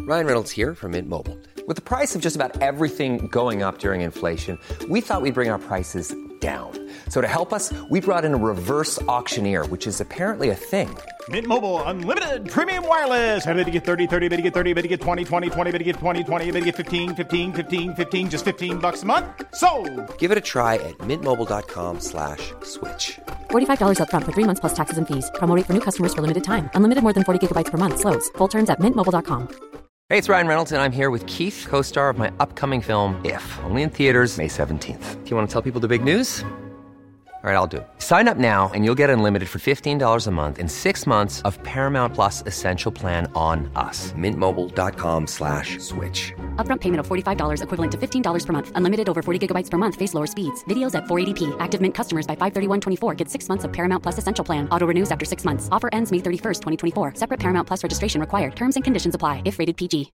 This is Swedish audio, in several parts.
Ryan Reynolds here from Mint Mobile. With the price of just about everything going up during inflation, we thought we'd bring our prices down. So to help us, we brought in a reverse auctioneer, which is apparently a thing. Mint Mobile Unlimited Premium Wireless. How to get 30, 30, bit to get 30, bit to get 20, 20, 20, bit to get 20, 20, bit to get 15, 15, 15, 15, just $15 a month? Sold! Give it a try at mintmobile.com/switch. $45 up front for 3 months plus taxes and fees. Promo rate for new customers for limited time. Unlimited more than 40 gigabytes per month. Slows full terms at mintmobile.com. Hey, it's Ryan Reynolds, and I'm here with Keith, co-star of my upcoming film, If, only in theaters May 17th. Do you want to tell people the big news? All right, I'll do it. Sign up now and you'll get unlimited for $15 a month and 6 months of Paramount Plus Essential Plan on us. Mintmobile.com/switch. Upfront payment of $45 equivalent to $15 per month. Unlimited over 40 gigabytes per month. Face lower speeds. Videos at 480p. Active Mint customers by 531.24 get 6 months of Paramount Plus Essential Plan. Auto renews after 6 months. Offer ends May 31st, 2024. Separate Paramount Plus registration required. Terms and conditions apply if rated PG.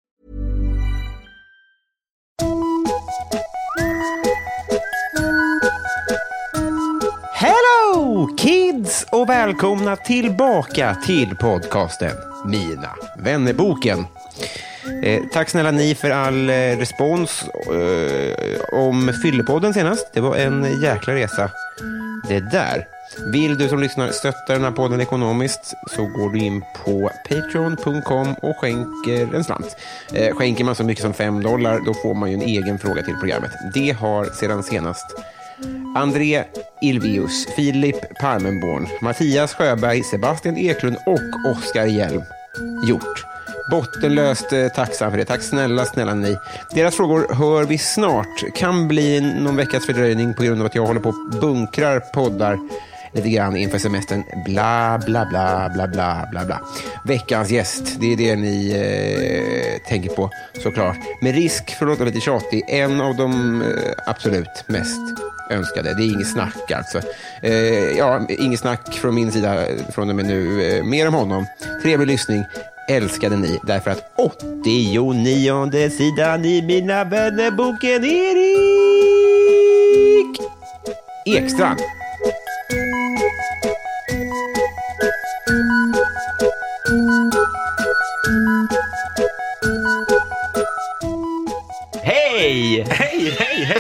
Hello kids och välkomna tillbaka till podcasten Mina vännerboken. Tack snälla ni för all respons om Fyllepodden senast. Det var en jäkla resa det där. Vill du som lyssnar stötta den här podden ekonomiskt så går du in på patreon.com och skänker en slant. Skänker man så mycket som $5 då får man ju en egen fråga till programmet. Det har sedan senast André Ilvius, Filip Palmenborn, Mattias Sjöberg, Sebastian Eklund och Oskar Hjelm gjort. Bottenlöst tacksam för det. Tack snälla ni. Deras frågor hör vi snart. Kan bli någon veckas fördröjning på grund av att jag håller på och bunkrar poddar lite grann inför semestern. Bla bla bla bla bla bla bla. Veckans gäst, det är det ni tänker på såklart. Med risk för att låta lite tjatig, en av de absolut mest önskade. Det är inget snack alltså. Inget snack från min sida från och med nu. Mer om honom. Trevlig lyssning. Älskade ni därför att 89:e sidan i Mina vännerboken Erik Ekstrand. Hej! Hej.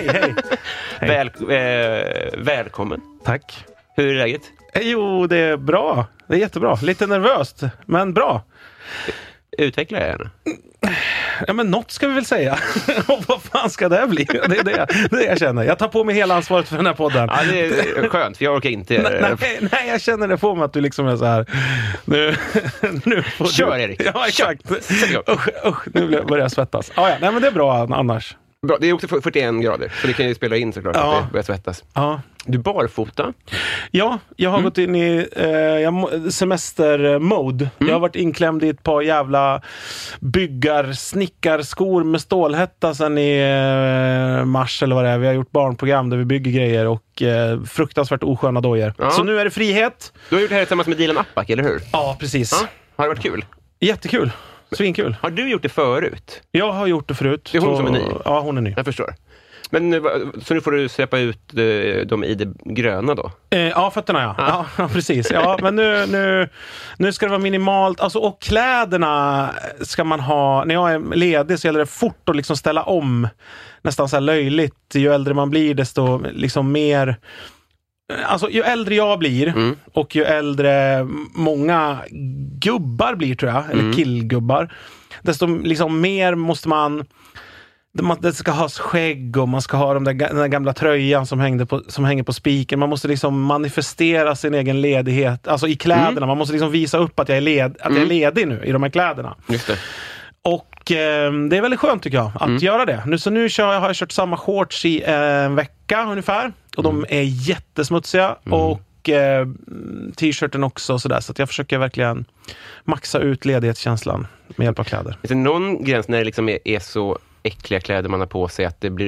Välkommen. Tack. Hur är läget? Jo, det är bra. Det är jättebra. Lite nervöst, men bra. Utveckla gärna. Ja, men något ska vi väl säga. Och vad fan ska det bli? Det är det jag känner. Jag tar på mig hela ansvaret för den här podden. Ja, det är skönt, för jag orkar inte. Nej, jag känner det på mig att du liksom är så här. Nu får Kör, du... Erik. Ja, exakt. Usch, nu börjar jag svettas. Ja, nej, men det är bra annars. Bra, det är också 41 grader, så det kan ju spela in såklart att det börjar svettas. Ja. Du barfota? Ja, jag har gått in i semestermode. Jag har varit inklämd i ett par jävla snickarskor med stålhätta sedan i mars eller vad det är. Vi har gjort barnprogram där vi bygger grejer och fruktansvärt osköna dojer. Ja. Så nu är det frihet. Du har gjort det här tillsammans med Dilan Apak, eller hur? Ja, precis. Ja. Har det varit kul? Jättekul. Svinkul. Har du gjort det förut? Jag har gjort det förut. Det är hon som är ny? Ja, hon är ny. Jag förstår. Men så nu får du släppa ut dem i det gröna då? Ja, fötterna ja. Ja, precis. Ja, men nu ska det vara minimalt. Alltså, och kläderna ska man ha. När jag är ledig så gäller det fort att liksom ställa om. Nästan så här löjligt. Ju äldre man blir desto liksom mer... Alltså ju äldre jag blir och ju äldre många gubbar blir tror jag, eller killgubbar, desto liksom mer måste man det ska ha skägg och man ska ha den där gamla tröjan som hänger på spiken. Man måste liksom manifestera sin egen ledighet, alltså i kläderna. Man måste liksom visa upp att jag är ledig nu i de här kläderna. Just det. Och det är väldigt skönt tycker jag att göra det. Nu har jag kört samma shorts i en vecka ungefär. Och de är jättesmutsiga. Och t-shirten också. Så att jag försöker verkligen maxa ut ledighetskänslan med hjälp av kläder. Är det någon gräns när det liksom är så äckliga kläder man har på sig att det blir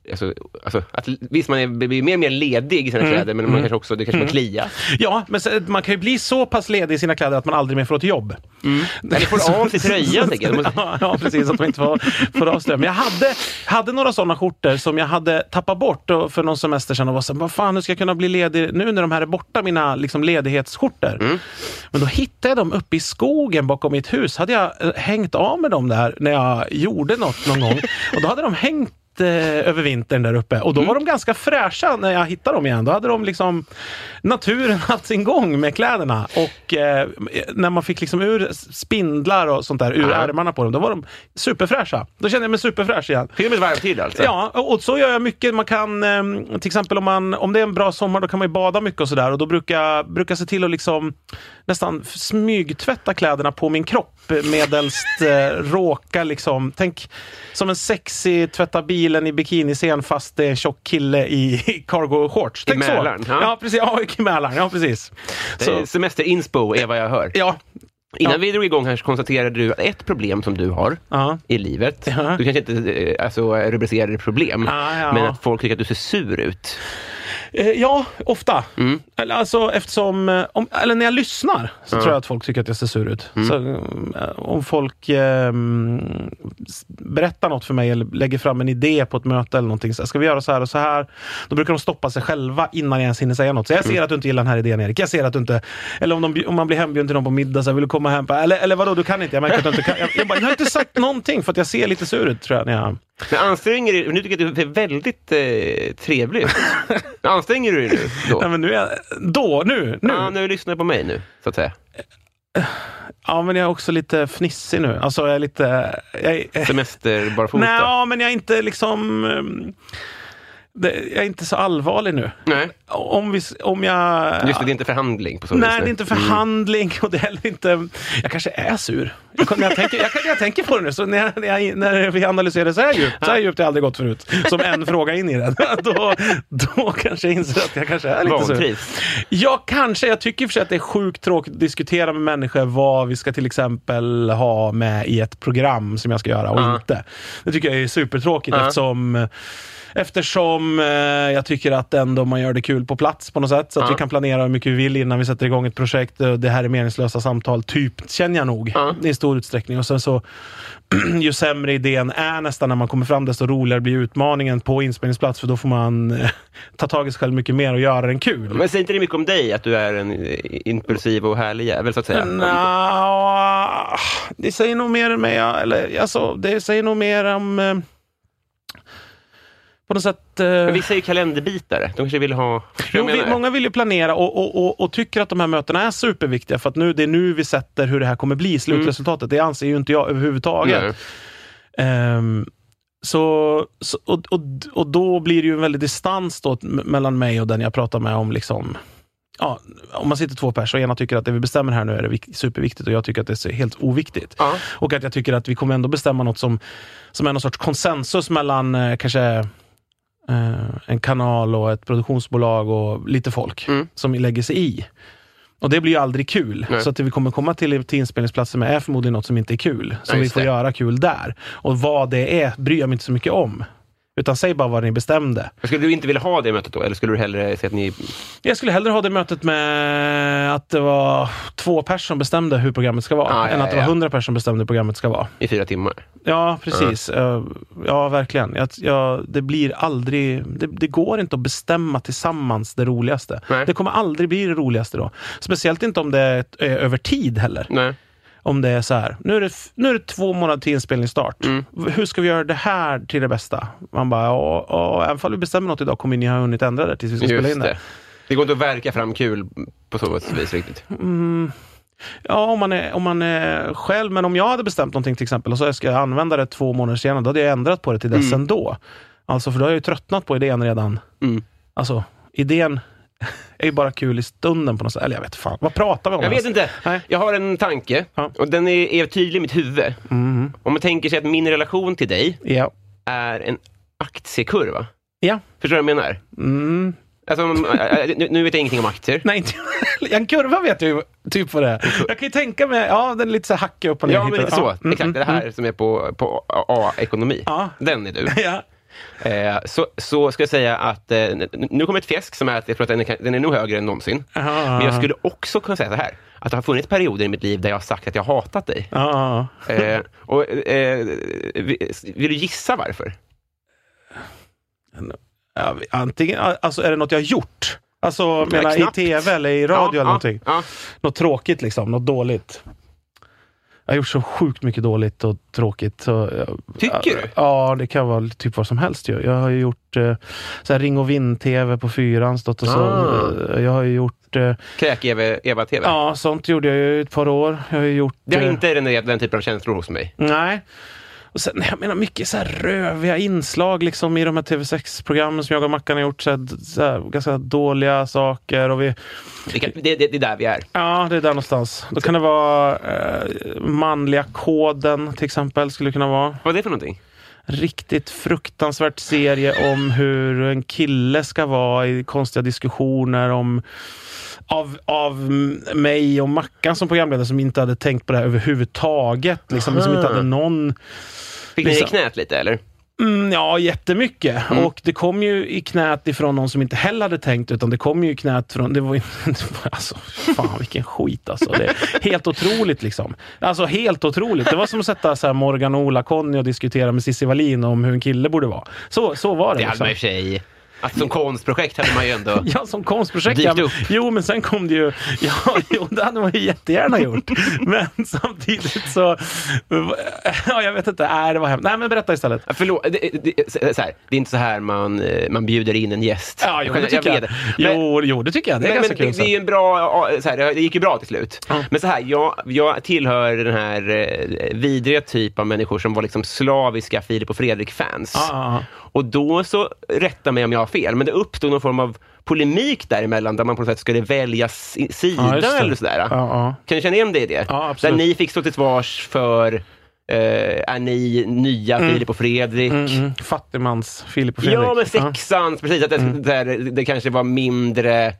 alltså att visst man blir mer och mer ledig i sina kläder, men man kanske också, det kanske man kliar. Ja, men man kan ju bli så pass ledig i sina kläder att man aldrig mer får ett jobb. Eller får av sig tröjan, tänker jag. Ja, precis, att man inte får avslöja. Men jag hade några sådana skjortor som jag hade tappat bort för någon semester sedan och var så här, vad fan, hur ska jag kunna bli ledig nu när de här är borta, mina liksom ledighetsskjortor. Men då hittade jag dem uppe i skogen bakom mitt hus. Hade jag hängt av med dem där när jag gjorde något någon gång. Och då hade de hängt över vintern där uppe. Och då var de ganska fräscha när jag hittade dem igen. Då hade de liksom naturen haft sin gång med kläderna. Och när man fick liksom ur spindlar och sånt där ur ärmarna på dem, då var de superfräscha. Då kände jag mig superfräsch igen. Till och med varmtid alltså? Ja, och så gör jag mycket. Man kan, till exempel om det är en bra sommar, då kan man ju bada mycket och sådär. Och då brukar jag se till att liksom nästan smygtvätta kläderna på min kropp medelst råka liksom, tänk som en sexy tvätta bilen i bikiniscen fast det är en tjock kille i cargo shorts. Tänk så. Mälaren, ja, precis. Ja, i Mälaren. Ja, precis. Så semesterinspo är vad jag hör. Ja. Innan vi drog igång här så konstaterade du att ett problem som du har i livet, du kanske inte rubricerar det problem, men att folk tycker att du ser sur ut. Ja, ofta. Alltså eftersom eller när jag lyssnar så tror jag att folk tycker att jag ser sur ut. Så om folk berättar något för mig eller lägger fram en idé på ett möte eller någonting, så ska vi göra så här och så här, då brukar de stoppa sig själva innan jag ens hinner säga något. Så jag ser att du inte gillar den här idén, Erik. Jag ser att du inte, eller om man blir hembjuden till någon på middag så vill du komma hem på, eller vadå, du kan inte. Jag märker att du inte kan. Jag har inte sagt någonting för att jag ser lite sur ut, tror jag, när jag... Men anstränger du, nu tycker jag att du är väldigt trevlig. Anstränger du dig nu då? Ja, men nu är jag, nu. Ja, nu lyssnar jag på mig nu, så att säga. Ja, men jag är också lite fnissig nu. Alltså jag är lite... Semester bara fota. Nej, men jag är inte liksom... jag är inte så allvarlig nu. Nej. Om jag... Just det, det är inte förhandling på så Nej, det är inte förhandling och det är heller inte... Jag kanske är sur. Jag tänker på det nu, så när vi analyserar det så här djupt har jag aldrig gått förut. Som en fråga in i det. Då kanske jag inser att jag kanske är lite sur. Jag tycker för sig att det är sjukt tråkigt att diskutera med människor vad vi ska till exempel ha med i ett program som jag ska göra och inte. Det tycker jag är supertråkigt eftersom jag tycker att ändå man gör det kul på plats på något sätt, så att vi kan planera hur mycket vi vill innan vi sätter igång ett projekt. Det här är meningslösa samtal, typ, känner jag nog i stor utsträckning. Och sen så ju sämre idén är nästan när man kommer fram, desto roligare blir utmaningen på inspelningsplats, för då får man ta tag i sig själv mycket mer och göra den kul. Men säger inte det mycket om dig att du är en impulsiv och härlig jävel, så att säga? Det säger nog mer än mig, eller alltså, det säger nog mer om på något sätt... Men vissa är ju kalenderbitare. De kanske vill ha... Många vill ju planera och tycker att de här mötena är superviktiga, för att det är nu vi sätter hur det här kommer bli, slutresultatet. Det anser ju inte jag överhuvudtaget. Och då blir det ju en väldig distans då mellan mig och den jag pratar med om liksom... Ja, om man sitter två personer och ena tycker att det vi bestämmer här nu är det superviktigt och jag tycker att det är helt oviktigt. Och att jag tycker att vi kommer ändå bestämma något som är någon sorts konsensus mellan kanske en kanal och ett produktionsbolag och lite folk som lägger sig i. Och det blir ju aldrig kul. Nej. Så att det vi kommer komma till inspelningsplatser med är förmodligen något som inte är kul. Som vi får göra kul där. Och vad det är bryr jag mig inte så mycket om. Utan säg bara vad ni bestämde. Skulle du inte vilja ha det mötet då? Eller skulle du hellre säga att ni... Jag skulle hellre ha det mötet med att det var 2 personer som bestämde hur programmet ska vara. Än att det var 100 personer som bestämde hur programmet ska vara. I 4 timmar. Ja, precis. Ja, verkligen. Det blir aldrig... Det går inte att bestämma tillsammans det roligaste. Nej. Det kommer aldrig bli det roligaste då. Speciellt inte om det är över tid heller. Nej. Om det är så här, nu är det 2 månader till inspelningsstart. Hur ska vi göra det här till det bästa? Man bara, även om vi bestämmer något idag kommer ni ha hunnit ändra det tills vi ska spela in det. Det går inte att verka fram kul på så vis riktigt. Ja, om man är själv. Men om jag hade bestämt någonting till exempel och så ska jag använda det 2 månader senare, då hade jag ändrat på det till dess ändå. Alltså, för då har jag ju tröttnat på idén redan. Alltså, idén är ju bara kul i stunden på något sätt. Eller jag vet fan. Vad pratar vi om? Jag vet inte. Nej. Jag har en tanke. Och den är tydlig i mitt huvud. Om man tänker sig att min relation till dig är en aktiekurva. Ja. Förstår du vad jag menar? Alltså, nu vet jag ingenting om aktier. Nej, inte. En kurva vet jag ju typ vad det är. Jag kan ju tänka mig, den är lite så hackig upp och ner. Ja, men lite så. Exakt, det här som är på A-ekonomi. Den är du. Ja. Så ska jag säga att nu kommer ett fjäsk som är att jag tror att den är nog högre än någonsin. Men jag skulle också kunna säga så här, att det har funnits perioder i mitt liv där jag har sagt att jag har hatat dig. Vill du gissa varför? Antingen, alltså är det något jag har gjort? Alltså menar i tv eller i radio eller någonting? Något tråkigt liksom, något dåligt. Jag har gjort så sjukt mycket dåligt och tråkigt. Tycker du? Ja, det kan vara typ vad som helst. Jag har ju gjort så här Ring och Vinn-tv på 4 stått och så. Jag har ju gjort... Kräk-Eva-tv? Ja, sånt gjorde jag ju ett par år. Jag har ju gjort... Det har inte den typen av känslor hos mig. Nej. Och sen, jag menar mycket så här röviga inslag liksom i de här TV6-programmen som jag och Mackan har gjort, så här ganska dåliga saker och vi... Det är där vi är. Ja, det är där någonstans. Då kan det vara manliga koden till exempel, skulle det kunna vara. Vad är det för någonting? Riktigt fruktansvärt serie om hur en kille ska vara i konstiga diskussioner om av mig och Mackan som programledare som inte hade tänkt på det här överhuvudtaget. Liksom, som inte hade någon... Fick ni i knät lite, eller? Ja, jättemycket. Och det kom ju i knät ifrån någon som inte heller hade tänkt, utan det kom ju i knät från... Det var ju... Alltså, fan vilken skit alltså. Det är helt otroligt liksom. Alltså helt otroligt. Det var som att sätta så här Morgan och Ola-Conny och diskutera med Cissi Wallin om hur en kille borde vara. Så var det. Det hade man ju tjej. Att som konstprojekt hade man ju ändå... Ja, som konstprojekt. Ja, jo, men sen kom det ju... Ja, det hade man ju jättegärna gjort. Men samtidigt så... Ja, jag vet inte. Det var hemskt. Nej, men berätta istället. Förlåt. Det är inte så här man bjuder in en gäst. Ja, jo, det tycker jag. Jo, det tycker jag. Det är ganska kul. Det är en bra... Så här, det gick ju bra till slut. Men så här, jag tillhör den här vidriga typ av människor som var liksom slaviska Filip och Fredrik-fans. Och då så rättar mig om jag har fel, men det uppstod någon form av polemik däremellan där man på något sätt skulle välja sida eller sådär. Kan du känna igen det i det? Ja, absolut. Där ni fick stå till svars för är ni nya Filip och Fredrik? Fattigmans Filip och Fredrik. Ja, men sexans, precis. Att det kanske var mindre...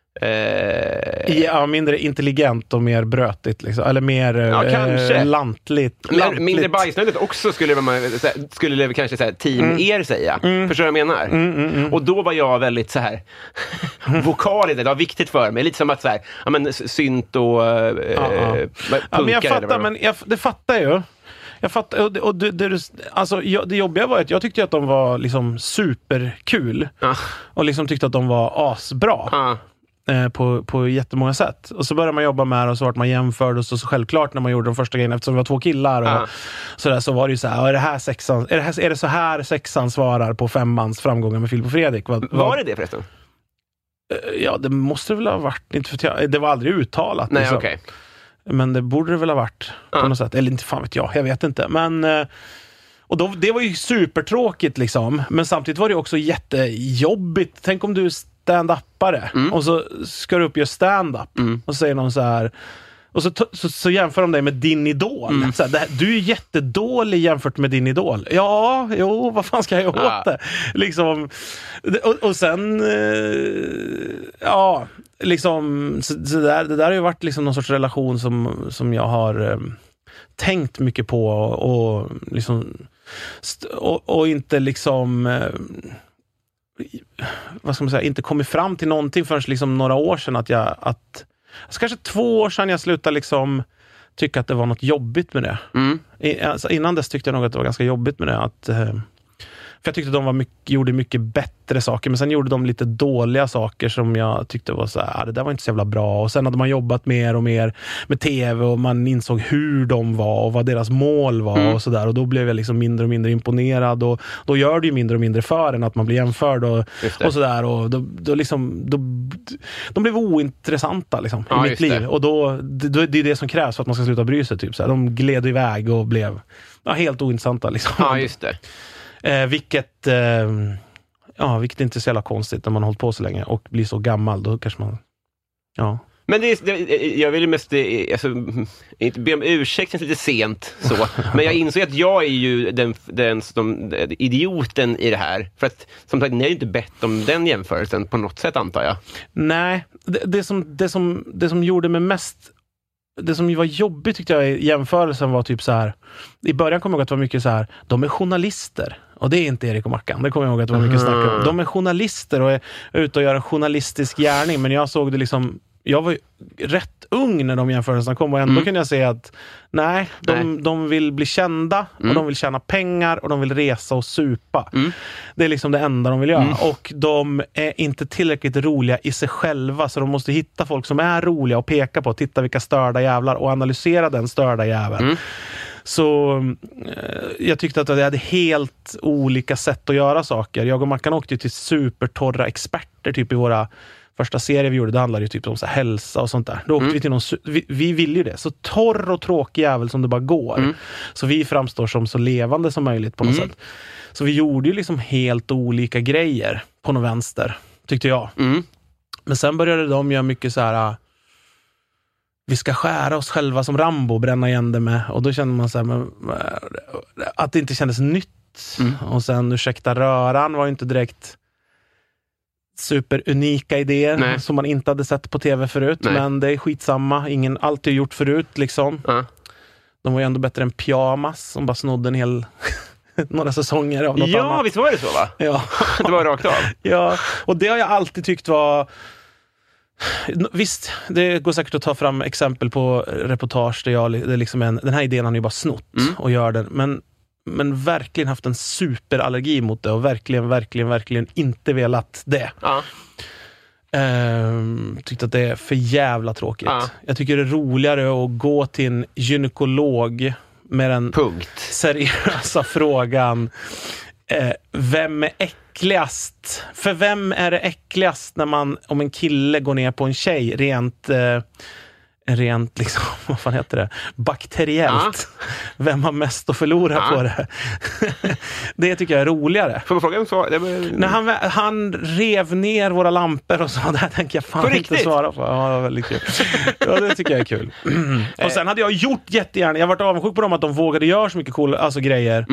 mindre intelligent och mer brötigt liksom. Eller mer lantligt. Mindre bajsnödigt också skulle kanske så här, team er säga. Förstår du vad jag menar? Och då var jag väldigt så här vokal i det. Det var viktigt för mig. Lite som att så här, ja, men synt och men jag fattar, men det fattar ju. Jag fattar, och alltså, det jobbiga var att jag tyckte att de var liksom superkul och liksom tyckte att de var asbra. På jättemånga sätt. Och så började man jobba med det och så vart man jämförd och så självklart när man gjorde de första grejerna, eftersom vi var 2 killar och sådär, så var det ju så här, är det så här sexan svarar på 5-mans framgångar med Filip och Fredrik? Var det förresten? Ja, det måste det väl ha varit. Inte för det var aldrig uttalat. Nej, liksom. okej. Men det borde det väl ha varit på något sätt. Eller inte fan vet jag vet inte. Men... Och då, det var ju supertråkigt liksom. Men samtidigt var det också jättejobbigt. Tänk om du stand-upare och så ska du upp och göra stand-up och säger någon så här, och så jämför de dig med din idol. Så här, du är jättedålig jämfört med din idol. Ja, jo, vad fan ska jag göra åt det? Liksom, och sen liksom så där, det där har ju varit liksom någon sorts relation som jag har tänkt mycket på och liksom och inte liksom vad ska man säga, inte kommit fram till någonting förrän liksom några år sedan alltså kanske 2 år sedan jag slutade liksom tycka att det var något jobbigt med det. Alltså innan dess tyckte jag nog att det var ganska jobbigt med det, att för jag tyckte att de gjorde mycket bättre saker, men sen gjorde de lite dåliga saker som jag tyckte var så här, det där var inte så jävla bra. Och sen hade man jobbat mer och mer med tv och man insåg hur de var och vad deras mål var och sådär. Och då blev jag liksom mindre och mindre imponerad, och då gör det ju mindre och mindre för en att man blir jämförd och sådär. Och då liksom, de blev ointressanta liksom i mitt liv. Och då det är det som krävs för att man ska sluta bry sig. Typ, så här. De gled iväg och blev helt ointressanta liksom. Ja, just det. Vilket inte är så jävla konstigt när man har hållit på så länge och blir så gammal, då kanske man men jag vill ju mest inte be om ursäkt, känns lite sent så, men jag insåg att jag är ju den idioten i det här, för att som sagt, ni har ju inte bett om den jämförelsen på något sätt, antar jag. Nej, det som gjorde mig mest det som var jobbigt tyckte jag i jämförelsen var typ så här. I början kommer jag ihåg att det var mycket så här, de är journalister. Och det är inte Erik och Mackan. Det kommer jag ihåg att det var mycket snack om. De är journalister och är ute och gör en journalistisk gärning. Men jag såg det liksom, jag var ju rätt ung när de jämförelserna kom och ändå kunde jag säga att nej, de vill bli kända och de vill tjäna pengar och de vill resa och supa. Det är liksom det enda de vill göra. Och de är inte tillräckligt roliga i sig själva, så de måste hitta folk som är roliga och peka på, titta vilka störda jävlar och analysera den störda jäveln. Så jag tyckte att det hade helt olika sätt att göra saker. Jag och Mackan åkte till supertorra experter typ i våra första serie vi gjorde, det handlade ju typ om så här hälsa och sånt där. Då åkte vi till någon, vi ville ju det. Så torr och tråkig jävel som det bara går. Så vi framstår som så levande som möjligt på något sätt. Så vi gjorde ju liksom helt olika grejer på någon vänster, tyckte jag. Men sen började de göra mycket så här, vi ska skära oss själva som Rambo, bränna igen det med. Och då kände man så här, men, att det inte kändes nytt. Och sen ursäkta röran var ju inte direkt superunika idéer som man inte hade sett på tv förut. Men det är skitsamma. Allt är gjort förut liksom. De var ju ändå bättre än Pyjamas som bara snodde en hel några säsonger av något annat. Ja, visst var det så va? Ja. Det var rakt av. Ja, och det har jag alltid tyckt var... Visst, det går säkert att ta fram exempel på reportage där det liksom den här idén har ju bara snott och gör den. Men verkligen haft en superallergi mot det och verkligen inte velat det. Tyckte att det är för jävla tråkigt. Jag tycker det är roligare att gå till en gynekolog med den seriösa frågan, vem är äckligast? För vem är det äckligast om en kille går ner på en tjej rent liksom, vad fan heter det? Bakteriellt. Vem har mest att förlora på det? Det tycker jag är roligare. Får man fråga om så? När han rev ner våra lampor och så, där tänker jag fan inte svara på. Ja, det var väldigt kul. Ja, det tycker jag är kul. Och sen hade jag gjort jättegärna, jag har varit avundsjuk på dem att de vågade göra så mycket coola grejer.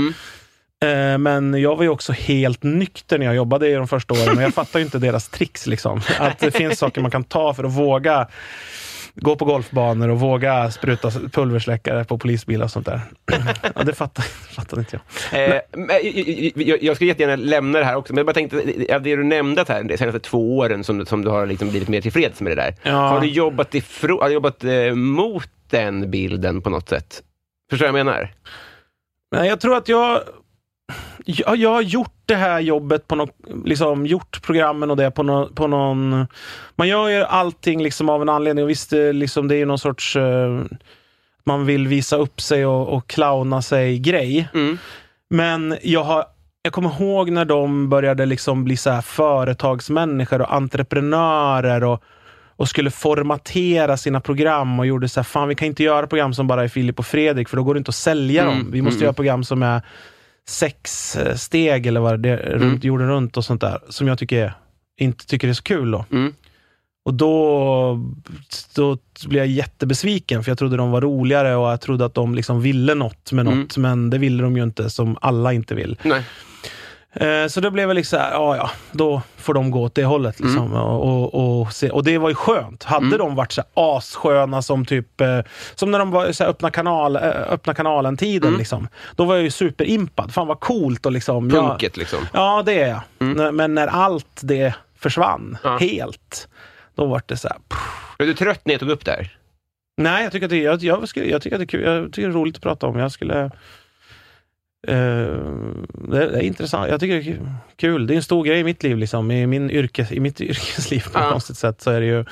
Men jag var ju också helt nykter när jag jobbade i de första åren och jag fattar ju inte deras tricks liksom. Att det finns saker man kan ta för att våga gå på golfbanor och våga spruta pulversläckare på polisbilar och sånt där. Ja, det fattar inte jag. Jag skulle jättegärna lämna det här också, men jag bara tänkte, det du nämnde här de senaste 2 åren som du har liksom blivit mer tillfreds med det där. Ja. Har du jobbat mot den bilden på något sätt? Förstår jag menar? Nej, jag tror att jag har gjort det här jobbet på liksom gjort programmen och det på någon man gör ju allting liksom av en anledning och visst liksom det är ju någon sorts man vill visa upp sig och clowna sig grej. Men jag kommer ihåg när de började liksom bli så här företagsmänniskor och entreprenörer och skulle formatera sina program och gjorde så här, fan vi kan inte göra program som bara är Filip och Fredrik för då går det inte att sälja dem. Vi måste göra program som är 6 steg eller vad det är, runt jorden runt och sånt där som jag inte tycker är så kul då. Och då blev jag jättebesviken för jag trodde de var roligare och jag trodde att de liksom ville något med något men det ville de ju inte som alla inte vill. Nej. Så det blev väl liksom ja, då får de gå åt det hållet liksom, och det var ju skönt. Hade de varit så assköna som typ som när de var så här, öppna kanalen-tiden liksom. Då var jag ju superimpad. Fan vad coolt och liksom punket liksom. Ja, det är jag. Men när allt det försvann helt, då var det så här. Är du trött när jag tog upp det här? Nej, jag tycker att det är kul. Jag tycker det är roligt att prata om. Jag skulle det är intressant. Jag tycker det är kul. Det är en stor grej i mitt liv liksom. I mitt yrkesliv på ett konstigt sätt så är det ju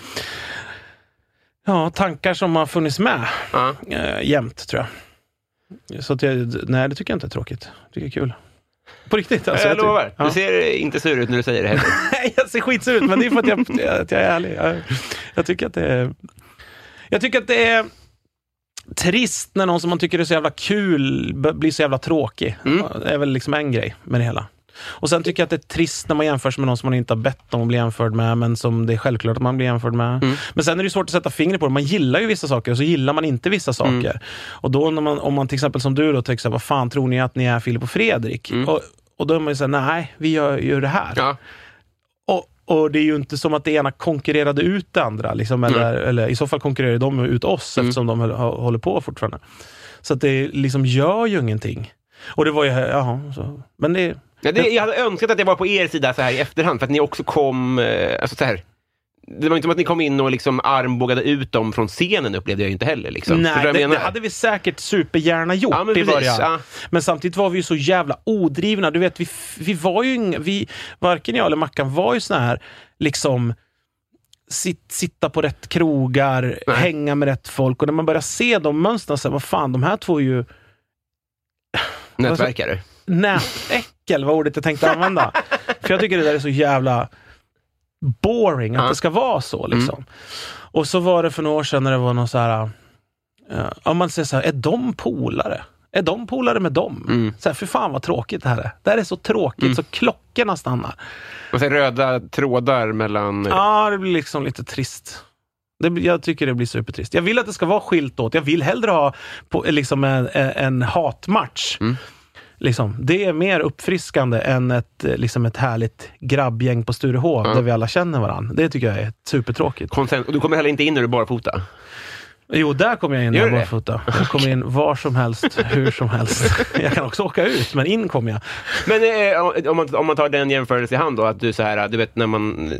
tankar som har funnits med jämt tror jag. Så att nej, det tycker jag inte är tråkigt. Det tycker jag är kul. På riktigt alltså, jag lovar. Du ser inte sur ut när du säger det heller. Nej, jag ser skitsur ut, men det är för att jag är ärlig. Jag tycker att det är trist när någon som man tycker är så jävla kul blir så jävla tråkig. Det är väl liksom en grej med det hela. Och sen tycker jag att det är trist när man jämförs med någon som man inte har bett om att bli jämförd med, men som det är självklart att man blir jämförd med. Men sen är det svårt att sätta fingret på det. Man gillar ju vissa saker och så gillar man inte vissa saker. Och då om man till exempel som du då tänker så här, vad fan tror ni att ni är Filip och Fredrik? Och då är man ju så här, nej, vi gör ju det här. Ja. Och det är ju inte som att det ena konkurrerade ut det andra. Liksom, eller i så fall konkurrerar de ut oss eftersom de håller på fortfarande. Så att det liksom gör ju ingenting. Och det var ju... så. Men det... Jag hade önskat att jag var på er sida så här i efterhand. För att ni också kom... alltså så här... Det var inte som att ni kom in och liksom armbågade ut dem från scenen, upplevde jag inte heller. Liksom. Nej, det hade vi säkert supergärna gjort i början. Ja. Men samtidigt var vi ju så jävla odrivna. Du vet, vi var ju varken jag eller Mackan var ju såna här liksom sitta på rätt krogar, hänga med rätt folk. Och när man börjar se de mönstren så vad fan, de här två är ju... Nätverkare. Nätäckel var ordet jag tänkte använda. För jag tycker det där är så jävla... boring att det ska vara så liksom. Och så var det för några år sedan när det var någon så här om man säger så här, är de polare? Är de polare med dem? Så här, för fan vad tråkigt det här är. Det här är så tråkigt så klockorna stannar. Och så röda trådar mellan... Ja, det blir liksom lite trist. Jag tycker det blir supertrist. Jag vill att det ska vara skilt åt. Jag vill hellre ha liksom en hatmatch. Liksom, det är mer uppfriskande än ett härligt grabbgäng på Sturehof där vi alla känner varandra. Det tycker jag är supertråkigt. Och du kommer heller inte in när du bara fota? Jo, där kommer jag in när jag bara fota. Jag kommer in var som helst, hur som helst. Jag kan också åka ut, men in kommer jag. Men om man tar den jämförelse i hand då, att du så här, du vet när man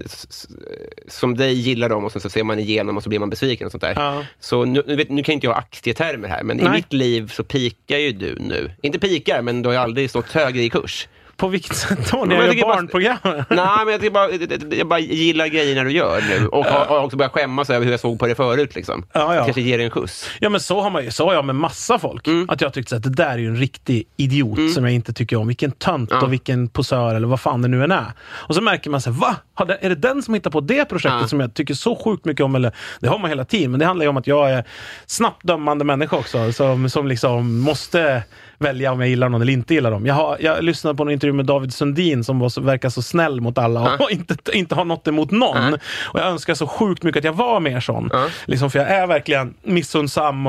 som dig gillar dem och så ser man igenom och så blir man besviken och sånt där. Ja. Så nu kan inte jag ha aktietermer här, men i mitt liv så pikar ju du nu. Inte pikar, men du har ju aldrig stått högre i kurs. På vilket sätt då? När jag gör barnprogram? Nej, men jag bara gillar grejerna du gör nu. Och har också börjat skämmas över hur jag såg på det förut. Liksom. Ja. Kanske ger en skjuts. Ja, men så har jag med massa folk. Att jag tyckte att det där är ju en riktig idiot som jag inte tycker om. Vilken tönt och vilken posör eller vad fan det nu än är. Och så märker man sig, va? Är det den som hittar på det projektet som jag tycker så sjukt mycket om? Eller, det har man hela tiden. Men det handlar ju om att jag är snabbt dömande människa också. Som liksom måste... välja om jag gillar någon eller inte gillar dem. Jag lyssnade på en intervju med David Sundin som verkar så snäll mot alla och inte har något emot någon. Och jag önskar så sjukt mycket att jag var mer sån. Liksom, för jag är verkligen missundsam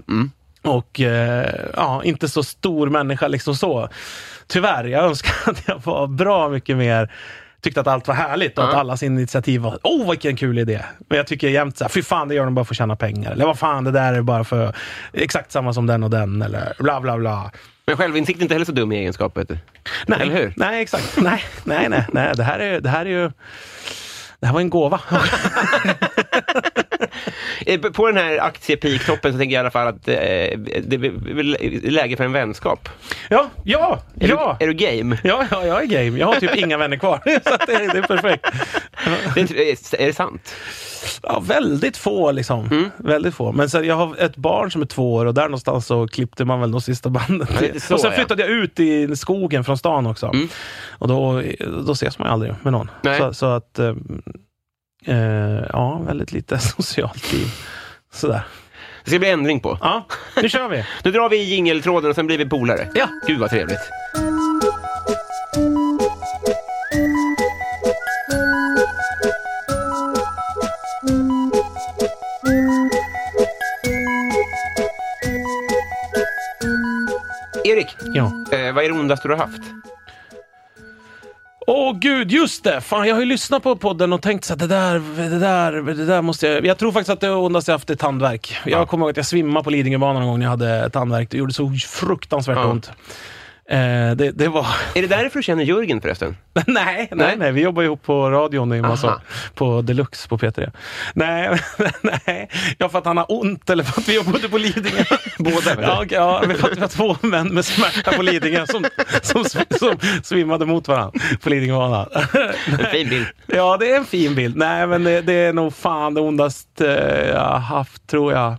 och inte så stor människa liksom så. Tyvärr, jag önskar att jag var bra mycket mer, tyckte att allt var härligt och att allas initiativ var vilken kul idé. Men jag tycker jämt så här, fy fan, det gör de bara för att tjäna pengar. Eller vad fan, det där är bara för exakt samma som den och den eller bla bla bla. Men självinsikt är inte heller så dum i egenskapet. Nej, eller hur? Nej, exakt. Nej. Det här är ju... Det här var en gåva. På den här aktiepeaktoppen så tänker jag i alla fall att det är läge för en vänskap. Ja. Är du game? Ja, jag är game. Jag har typ inga vänner kvar. Så att det är perfekt. Är det sant? Ja, väldigt få liksom. Väldigt få. Men så jag har ett barn som är 2 år och där någonstans så klippte man väl de sista banden. Och sen flyttade jag ut i skogen från stan också. Och då ses man ju aldrig med någon. Så att väldigt lite socialt liv. Sådär. Det ska bli ändring på. Ja, nu kör vi. Nu drar vi i jingeltråden och sen blir vi polare. Ja. Gud vad trevligt. Erik, vad är det ondaste du har haft? Gud, just det! Fan, jag har ju lyssnat på podden och tänkt så att det där måste jag... Jag tror faktiskt att det ondaste jag haft är tandvärk. Jag kommer ihåg att jag svimmade på Lidingöbanan en gång när jag hade tandvärk. Det gjorde så fruktansvärt ont. Det var... Är det därför du känner Jörgen förresten? nej, vi jobbar ihop på radion i massa, på Deluxe på P3. Nej. Ja, för att han har ont eller för att vi jobbade på Lidingö. Båda. Ja, för att vi var 2 män med smärta på Lidingö som svimmade mot varandra på Lidingöbanan. En fin bild. Ja, det är en fin bild. Nej, men det är nog fan det ondaste jag har haft, tror jag.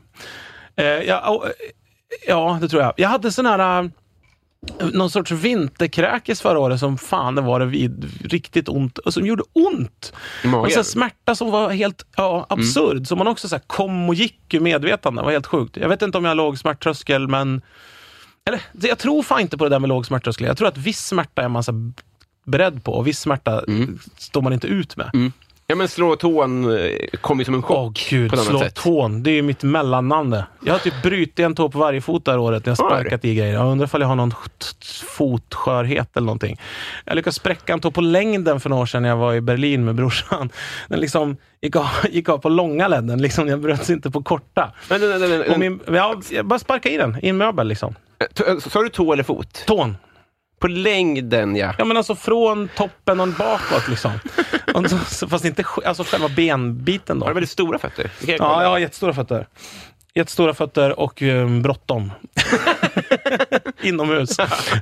Ja, det tror jag. Jag hade sån här... någon sorts vinterkräkis förra året som fan det var riktigt ont och som gjorde ont. Och så smärta som var helt absurd som man också så här, kom och gick ur medvetande. Det var helt sjukt. Jag vet inte om jag har låg smärttröskel, men jag tror fan inte på det där med låg smärttröskel. Jag tror att viss smärta är man så beredd på och viss smärta står man inte ut med. Ja, men slå tån kom ju som en chock. Gud, på slå sätt. tån. Det är ju mitt mellannamn. Jag har typ brutit en tå på varje fot där året när jag sparkat i grejer. Jag undrar ifall jag har någon fotskörhet eller någonting. Jag lyckades spräcka en tå på längden för några år sedan när jag var i Berlin med brorsan. Den liksom gick av på långa ledden. Liksom, jag bröts inte på korta. Jag bara sparkade i den, i en möbel liksom. Sa du tå eller fot? Tån. På längden, ja. Ja, men alltså från toppen och bakåt liksom. Fast inte alltså själva benbiten då. Har du väldigt stora fötter? Ja, jag har jättestora fötter. Jättestora fötter och bråttom. Inomhus.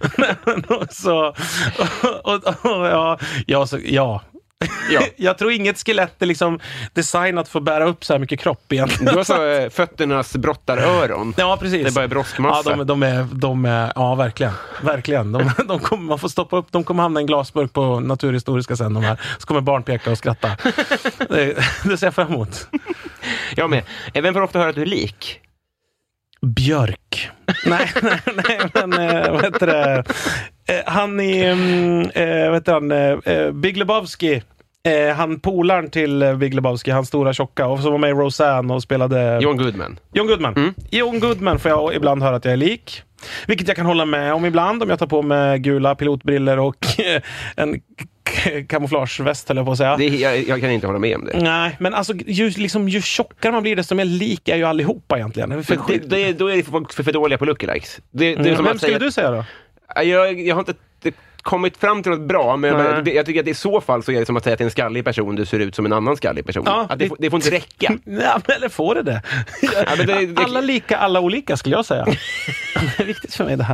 Ja. Jag tror inget skelett är liksom designat för att bära upp så här mycket kropp egentligen. Du har så fötternas brottaröron. Ja, precis. Det är bara broskmassa. Ja, de är ja, verkligen. De kommer, man får stoppa upp, de kommer hamna i en glasburk på Naturhistoriska sen, de här. Så kommer barn peka och skratta. Det ser jag fram emot. Jag med. Vem får ofta höra att du är lik? Björk. Nej, men vad heter det? Han i Big Lebowski. Han polaren till Big Lebowski, han stora tjocka, och så var med i Roseanne och spelade John Goodman. John Goodman får jag ibland höra att jag är lik. Vilket jag kan hålla med om ibland, om jag tar på mig gula pilotbriller och en kamouflageväst, höll jag på att säga. Jag kan inte hålla med om det. Nej, men alltså ju tjockare man blir, desto mer lik är ju allihopa egentligen. Då är det folk för dåliga på lookalikes. Vem skulle du säga då? Jag har inte kommit fram till något bra, men jag tycker att i så fall så är det som att säga att en skallig person du ser ut som en annan skallig person. Ja, att det får inte räcka. Ja, eller får det? Ja, men alla lika, alla olika skulle jag säga. Det är viktigt för mig det här.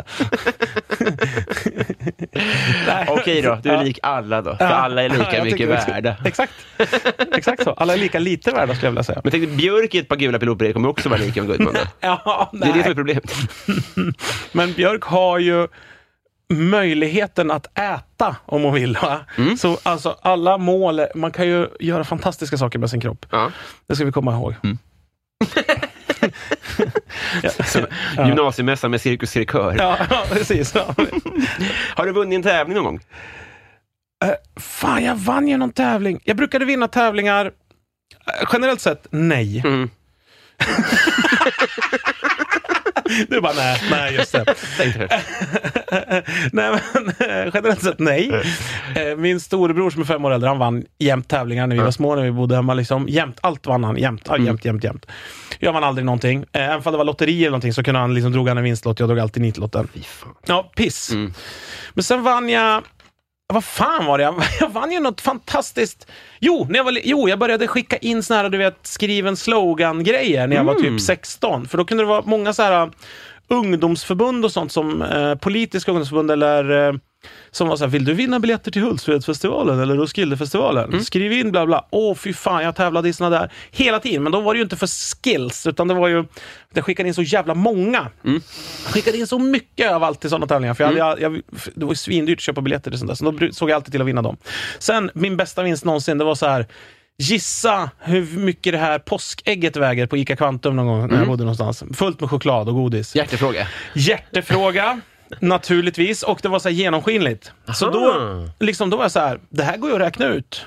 Okej då, du är lik alla då. För alla är lika mycket värda. Exakt så. Alla är lika lite värda skulle jag vilja säga. Men tänkte, Björk i ett par gula pilotbriller kommer också vara lika med Goodman då. Ja, det är det som är problemet. Men Björk har ju möjligheten att äta om man vill. Så alltså alla mål, man kan ju göra fantastiska saker med sin kropp. Ja. Det ska vi komma ihåg. Gymnasiemässan med Cirkus Cirkör. Ja, precis. Ja. Har du vunnit en tävling någon gång? Fan, jag vann ju någon tävling. Jag brukade vinna tävlingar. Generellt sett, nej. Du bara, nej, just det. Nej, men generellt sett nej. Min storebror som är 5 år äldre, han vann jämt tävlingar när vi var små, när vi bodde hemma liksom. Jämt, allt vann han, jämt. Jag vann aldrig någonting. Även om det var lotteri eller någonting så kunde han liksom, drog han en vinstlott, jag drog alltid nitlotten. Ja, piss. Men sen vann jag, vad fan var det? Jag vann ju något fantastiskt. Jag började skicka in såna här, du vet, skriven slogan-grejer när jag var typ 16. För då kunde det vara många så här ungdomsförbund och sånt, som politiska ungdomsförbund eller som var så här, vill du vinna biljetter till Hultsfredsfestivalen eller Roskildefestivalen? Skriv in bla bla. Fy fan, jag tävlade i såna där hela tiden, men då var det ju inte för skills, utan det var ju, jag skickade in så jävla många. Jag skickade in så mycket av allt till sådana tävlingar, för det var ju svindyrt att köpa biljetter till sånt där, så då såg jag alltid till att vinna dem. Sen, min bästa vinst någonsin, det var så här, gissa hur mycket det här påskägget väger på Ica Quantum någon gång när jag bodde någonstans. Fullt med choklad och godis. Hjärtefråga. Naturligtvis, och det var så här genomskinligt. Aha. Så då var jag så här, det här går ju att räkna ut.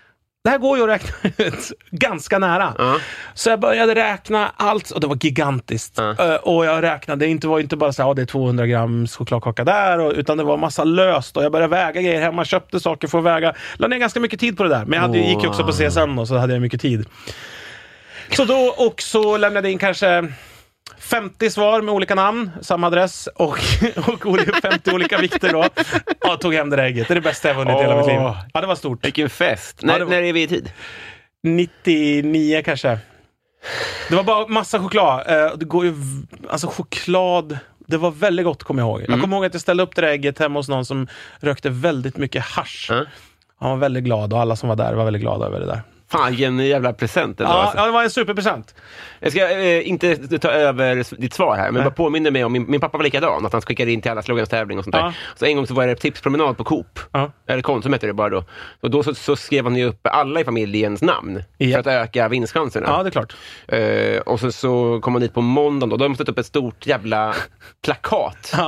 Ganska nära. Så jag började räkna allt, och det var gigantiskt. Och jag räknade, det var inte bara så här, det är 200 gram chokladkaka där, utan det var massa löst, och jag började väga grejer hemma, köpte saker för att väga. La ner ganska mycket tid på det där, men jag gick ju också på CSN, och så hade jag mycket tid. Så då också lämnade jag in kanske 50 svar med olika namn, samma adress och 50 olika vikter då. Ja, tog hem det där ägget. Det är det bästa jag vunnit i hela mitt liv. Ja, det var stort. Vilken fest. När är vi i tid? 99 kanske. Det var bara massa choklad. Det går ju, alltså choklad, det var väldigt gott, kommer jag ihåg. Jag kommer ihåg att jag ställde upp det där ägget hemma hos någon som rökte väldigt mycket hasch. Han var väldigt glad, och alla som var där var väldigt glada över det där. Fan, vilken jävla present. Ja, det var en superpresent. Jag ska inte ta över ditt svar här, men bara påminner mig om min pappa var likadan, att han skickade in till alla sloganstävling och sånt där. Så en gång så var det tipspromenad på Coop. Eller Konsum heter det bara då. Och då så skrev han ju upp alla i familjens namn för att öka vinstchanserna. Ja, det är klart. Och så kom han dit på måndagen då. Då har de stått upp ett stort jävla plakat.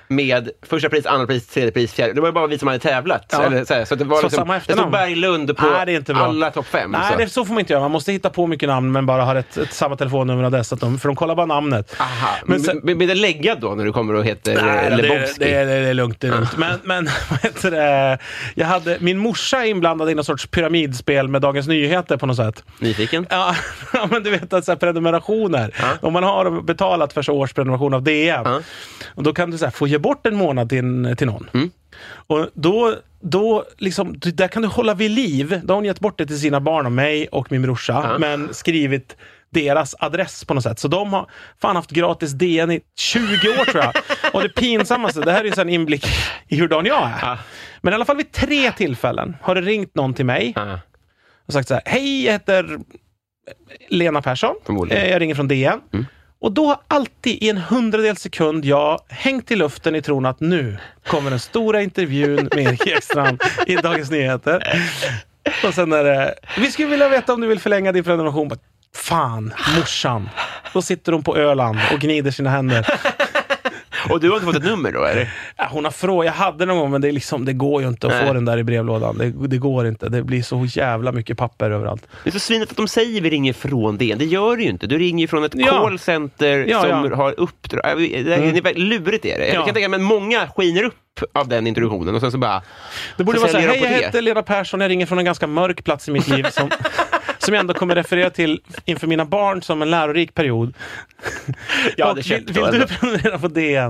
med första pris, andra pris, tredje pris, fjärde. Det var ju bara vi som hade tävlat. Ja. Eller, så det var så liksom, samma efternamn. det stod Berglund på det är inte bra. alla topp 5. Nej, så får man inte göra. Man måste hitta på mycket namn men bara ha ett samma telefonnummer av dessa. För de kollar bara namnet. Aha. Men blir det läggat då när du kommer och heter Lebowski? Det är lugnt. Det är lugnt. Men vad heter det? Jag hade min morsa inblandad i någon sorts pyramidspel med Dagens Nyheter på något sätt. Nyfiken? Ja, men du vet att så här prenumerationer. Om man har betalat för så års prenumeration av DN. Och då kan du så här, få ge bort en månad till någon. Och då liksom, där kan du hålla vid liv. Då har hon gett bort det till sina barn och mig och min brorsa. Men skrivit deras adress på något sätt. Så de har fan haft gratis DN i 20 år tror jag. Och det pinsammaste, det här är ju en inblick i hur jag är. Men i alla fall vid 3 tillfällen har det ringt någon till mig och sagt så här: hej, jag heter Lena Persson. Jag ringer från DN. Och då har alltid i en 100-del sekund jag hängt i luften i tron att nu kommer den stora intervjun med Erik Ekstrand i Dagens Nyheter. Och sen är det, vi skulle vilja veta om du vill förlänga din prenumeration. Fan, morsan. Då sitter hon på Öland och gnider sina händer. Och du har inte fått ett nummer då, eller? Ja, hon har jag hade någon gång, men det går ju inte att få den där i brevlådan. Det går inte. Det blir så jävla mycket papper överallt. Det är så svinigt att de säger vi ringer från det. Det gör det ju inte. Du ringer ju från ett callcenter som har uppdrag. Det är lurigt är det. Jag kan tänka mig att många skiner upp av den introduktionen och sen så bara... Det borde vara så här: hej, jag heter Lena Persson, jag ringer från en ganska mörk plats i mitt liv som jag ändå kommer referera till inför mina barn som en lärorik period. Ja, det köpt vill du prenumerera på DN?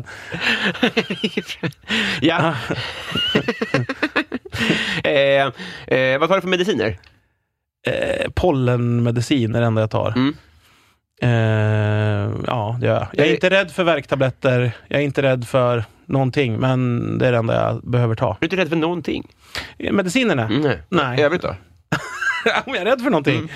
Ja. Vad tar du för mediciner? Pollenmedicin är det enda jag tar. Ja, det gör jag. Jag är inte rädd för värktabletter. Jag är inte rädd för någonting, men det är det enda jag behöver ta. Du är inte rädd för någonting? Medicinerna? Nej. Övrigt då? Om jag är rädd för någonting?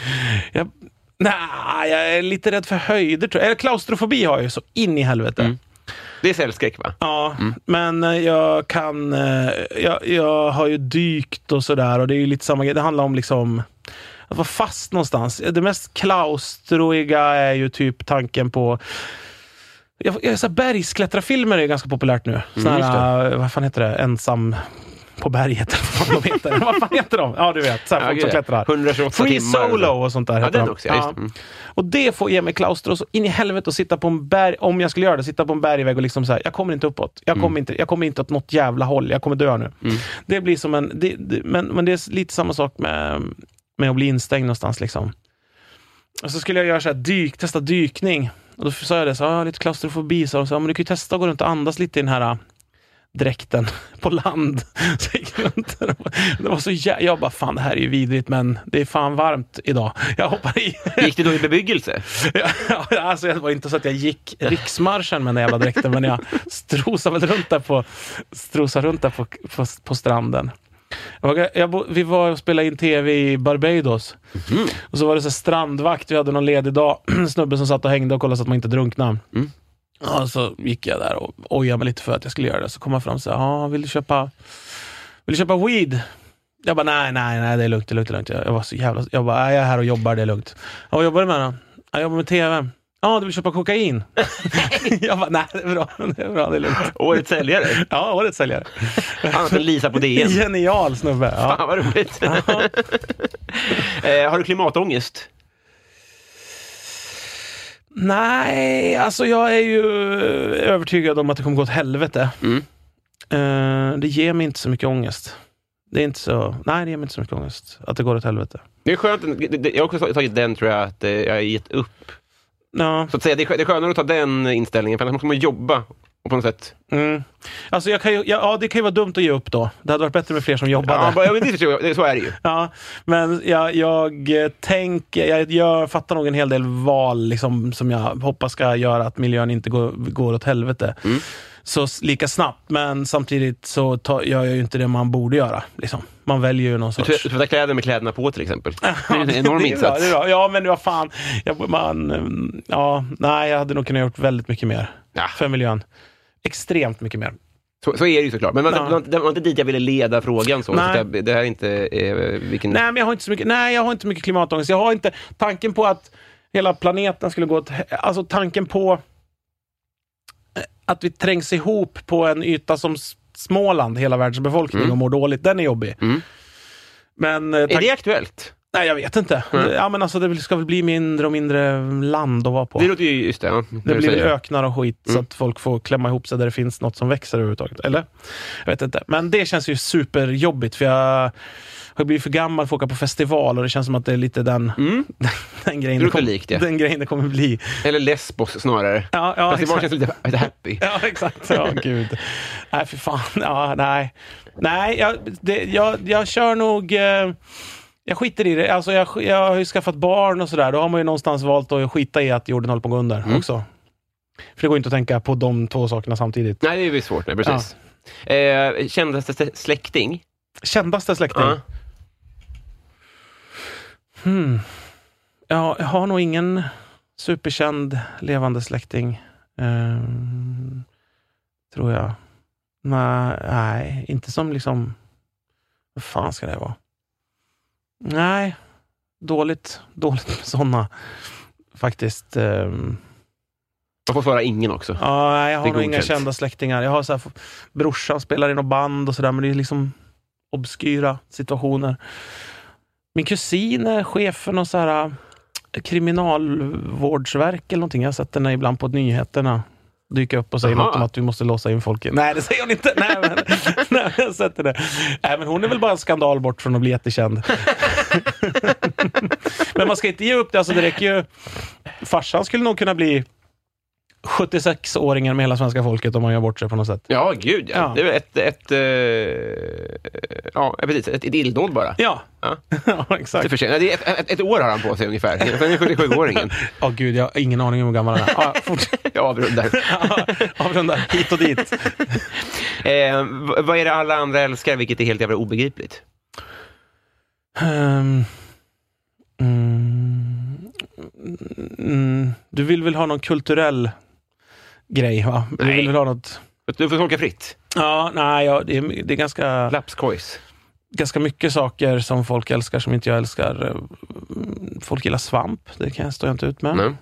Jag är lite rädd för höjder, tror jag. Eller klaustrofobi har jag ju så in i helvete. Det är cellskräck, va? Ja, men jag kan... Jag har ju dykt och sådär, och det är ju lite samma grej. Det handlar om liksom att vara fast någonstans. Det mest klaustroiga är ju typ tanken på... Så bergsklättrarfilmer är ganska populärt nu. Vad fan heter det? Ensam på berget. Vad fan heter de? Ja, du vet. Så här, folk som klättrar. 128 Free timmar. Solo och sånt där. Ja, den också. Ja. Och det får ge mig klaustro så in i helvete att sitta på en berg. Om jag skulle göra det, sitta på en bergvägg och liksom så här, jag kommer inte uppåt. Jag kommer inte åt något jävla håll. Jag kommer dö nu. Det blir som en... Men det är lite samma sak med att bli instängd någonstans liksom. Och så skulle jag göra så här testa dykning. Och då sa jag det, så lite klaustrofobi. Så men du kan ju testa att gå runt och andas lite i den här dräkten på land. Så det var så jag bara, fan, det här är ju vidrigt, men det är fan varmt idag. Jag hoppar i. Gick det då i bebyggelse? Ja, alltså det var inte så att jag gick riksmarschen med den jävla dräkten, men jag strosade väl runt där på stranden. Vi var och spelade in tv i Barbados. Och så var det så strandvakt. Vi hade någon ledig dag. Snubben som satt och hängde och kollade så att man inte drunknade. Ja, så gick jag där och ojade mig lite för att jag skulle göra det. Så kom jag fram och sa, vill du köpa weed? Jag bara, nej, det är lugnt. Jag var så jävla... Jag bara, jag är här och jobbar, det är lugnt. Ja, vad jobbar du med då? Jag jobbar med tv. Ja, du vill köpa kokain? Jag bara, nej, det är bra, det är lugnt. Årets säljare? Ja, årets säljare. Annat än Lisa på DN. Genial snubbe. Ja. Fan vad roligt. Har du klimatångest? Nej, alltså jag är ju övertygad om att det kommer gå åt helvete. Det ger mig inte så mycket ångest. Det är inte så... Nej, det ger mig inte så mycket ångest att det går åt helvete. Det är skönt. Jag har också tagit den, tror jag, att jag har gett upp. Ja. Så att säga, det är skönare att ta den inställningen, för annars måste man jobba på något sätt. Alltså det kan ju vara dumt att ge upp då. Det hade varit bättre med fler som jobbade. Ja, men så är det ju. Ja, men jag fattar nog en hel del val liksom, som jag hoppas ska göra att miljön inte går åt helvete. Så lika snabbt, men samtidigt så gör jag ju inte det man borde göra liksom. Man väljer ju någon sorts... Du tvättar kläder med kläderna på till exempel. Det är en enorm insats. Det är bra. Ja, men vad fan. Jag hade nog kunnat gjort väldigt mycket mer för miljön. Extremt mycket mer. Så är det ju såklart. Men det var inte dit jag ville leda frågan så. Så det här är inte... vilken... Nej, men jag har inte så mycket klimatångest. Jag har inte tanken på att hela planeten skulle gå åt... Alltså tanken på att vi trängs ihop på en yta som Småland, hela världens befolkning och mår dåligt, den är jobbig. Men, är det aktuellt? Nej, jag vet inte. Ja, men alltså, det ska väl bli mindre och mindre land att vara på. Det låter ju just det. Ja. Det blir öknar och skit så att folk får klämma ihop sig där det finns något som växer överhuvudtaget. Eller? Jag vet inte. Men det känns ju superjobbigt för jag har blivit för gammal för att åka på festival och det känns som att det är lite den grejen den grejen det kommer bli. Eller Lesbos snarare. Ja, festival känns lite happy. Ja, exakt. Ja, gud. Nej, för fan. Ja, nej. Nej, jag kör nog... Jag skiter i det. Alltså jag har ju skaffat barn och sådär. Då har man ju någonstans valt att skita i att jorden håller på att gå under också. För det går inte att tänka på de två sakerna samtidigt. Nej, det är ju svårt. Nej, precis. Ja. Kändaste släkting? Kändaste släkting? Ja, jag har nog ingen superkänd levande släkting. Tror jag. Nej, inte som liksom... Vad fan ska det vara? Nej, dåligt med sådana faktiskt. Man får svara ingen också. Ja, nej, jag har nog inga kända släktingar. Jag har så här, brorsan spelar i något band och sådär, men det är liksom obskyra situationer. Min kusin är chef för någon så här kriminalvårdsverk eller någonting. Jag har sett den ibland på nyheterna. Dyka upp och säger något om att vi måste låsa in folk. Nej, det säger hon inte. Nej, jag sätter det. Nej, men hon är väl bara en skandal bort från att bli jättekänd. Men man ska inte ge upp det. Alltså, det räcker ju... Farsan skulle nog kunna bli 76-åringen med hela svenska folket om man gör bort sig på något sätt. Ja, gud. Ja. Det är precis. Ett idillnåd bara. Ja. Ja, exakt. Det är ett år har han på sig ungefär. Sen är 77-åringen. Ja, gud, jag har ingen aning om hur gammal han är. Jag avrundar. Avrundar hit och dit. Vad är det alla andra älskar, vilket är helt jävla obegripligt? Du vill väl ha någon kulturell grej, va? Du vill väl ha något... Du får tolka fritt. Ja, nej, det är ganska... Lapskojs. Ganska mycket saker som folk älskar som inte jag älskar. Folk gillar svamp, det står jag inte ut med. Nej.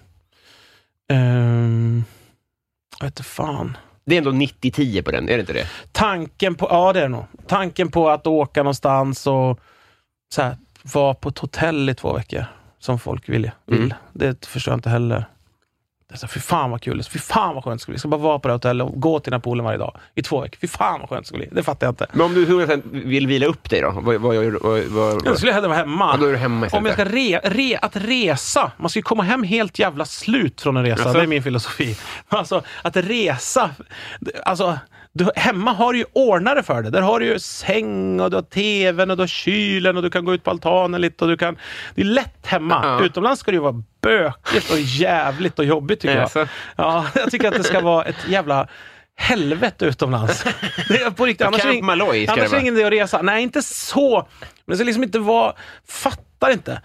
Jag vet inte fan. Det är ändå 90-10 på den, är det inte det? Ja, det är nog. Tanken på att åka någonstans och så här, vara på ett hotell i 2 veckor som folk vill. Det förstår jag inte heller. Det är så, fy fan vad kul. Fy fan vad skönt det skulle bli. Jag ska bara vara på det hotellet och gå till den här poolen varje dag i 2 veckor. Fy fan vad skönt det skulle bli. Det fattar jag inte. Men om du 100% vill vila upp dig då? Vad jag skulle hellre vara hemma. Ja, då är du hemma om jag ska att resa. Man ska ju komma hem helt jävla slut från en resa. Alltså. Det är min filosofi. Alltså, att resa. Alltså, hemma har du ju ordnare för det. Där har du ju säng och du har tvn och du har kylen och du kan gå ut på altanen lite och du kan... Det är lätt hemma. Utomlands ska det ju vara bökigt och jävligt och jobbigt tycker jag. Ja, jag tycker att det ska vara ett jävla helvete utomlands. Det är på riktigt. Annars är ingen idé att resa. Nej, inte så. Men det ska liksom inte vara... Fattar inte.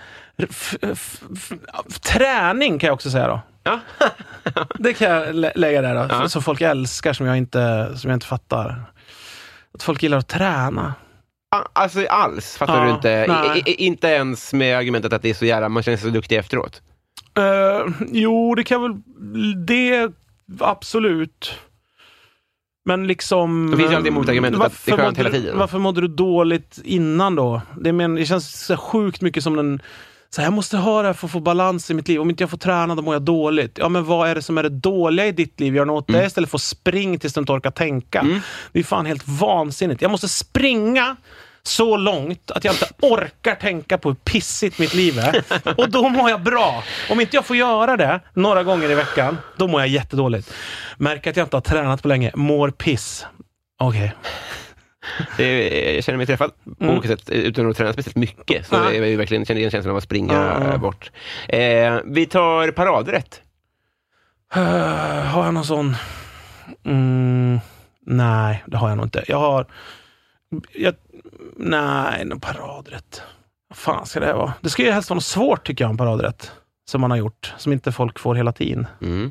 Träning kan jag också säga då. Ja. Det kan jag lägga där då. Ja. Som folk älskar som jag inte fattar. Att folk gillar att träna. Alltså alls, fattar du inte? Inte ens med argumentet att det är så jävla, man känner sig så duktig efteråt. Jo, det kan väl det absolut. Men liksom... Det finns ju alltid motargumentet att det är skönt hela tiden. Varför mådde du dåligt innan då? Det känns så sjukt mycket som den... Så jag måste ha det här för att få balans i mitt liv. Om inte jag får träna, då mår jag dåligt. Ja, men vad är det som är det dåliga i ditt liv? Gör något det istället för att springa tills du inte orkar tänka. Det är fan helt vansinnigt. Jag måste springa så långt att jag inte orkar tänka på hur pissigt mitt liv är. Och då mår jag bra. Om inte jag får göra det några gånger i veckan, då mår jag jättedåligt. Märker att jag inte har tränat på länge. Mår piss. Okej. Jag känner mig träffad på olika sätt utan att träna speciellt mycket. Så jag är verkligen känner igen känslan av att springa bort. Vi tar paradrätt. Har jag någon sån? Nej, det har jag nog inte. Nej, någon paradrätt. Vad fan ska det vara? Det ska ju helst vara något svårt tycker jag, en paradrätt. Som man har gjort. Som inte folk får hela tiden.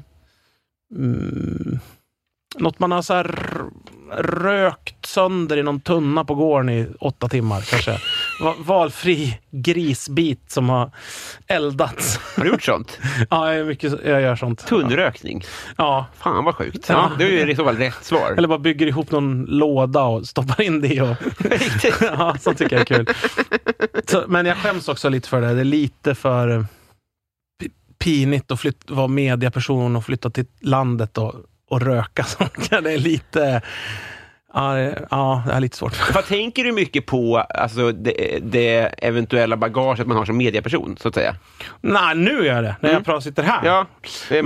Något man har så här rökt sönder i någon tunna på gården i 8 timmar kanske. valfri grisbit som har eldats. Har du gjort sånt? Ja, jag gör sånt. Tunnrökning? Ja. Fan vad sjukt. Ja, det är ju i så fall rätt svar. Eller bara bygger ihop någon låda och stoppar in det. Och ja, så tycker jag är kul. Så, men jag skäms också lite för det. Det är lite för pinigt att vara mediaperson och flytta till landet och röka. Så det är lite... Ja, det är lite svårt. Vad tänker du mycket på, alltså det eventuella bagaget man har som mediaperson, så att säga? Nej, nu gör jag det. När jag sitter här. Ja, det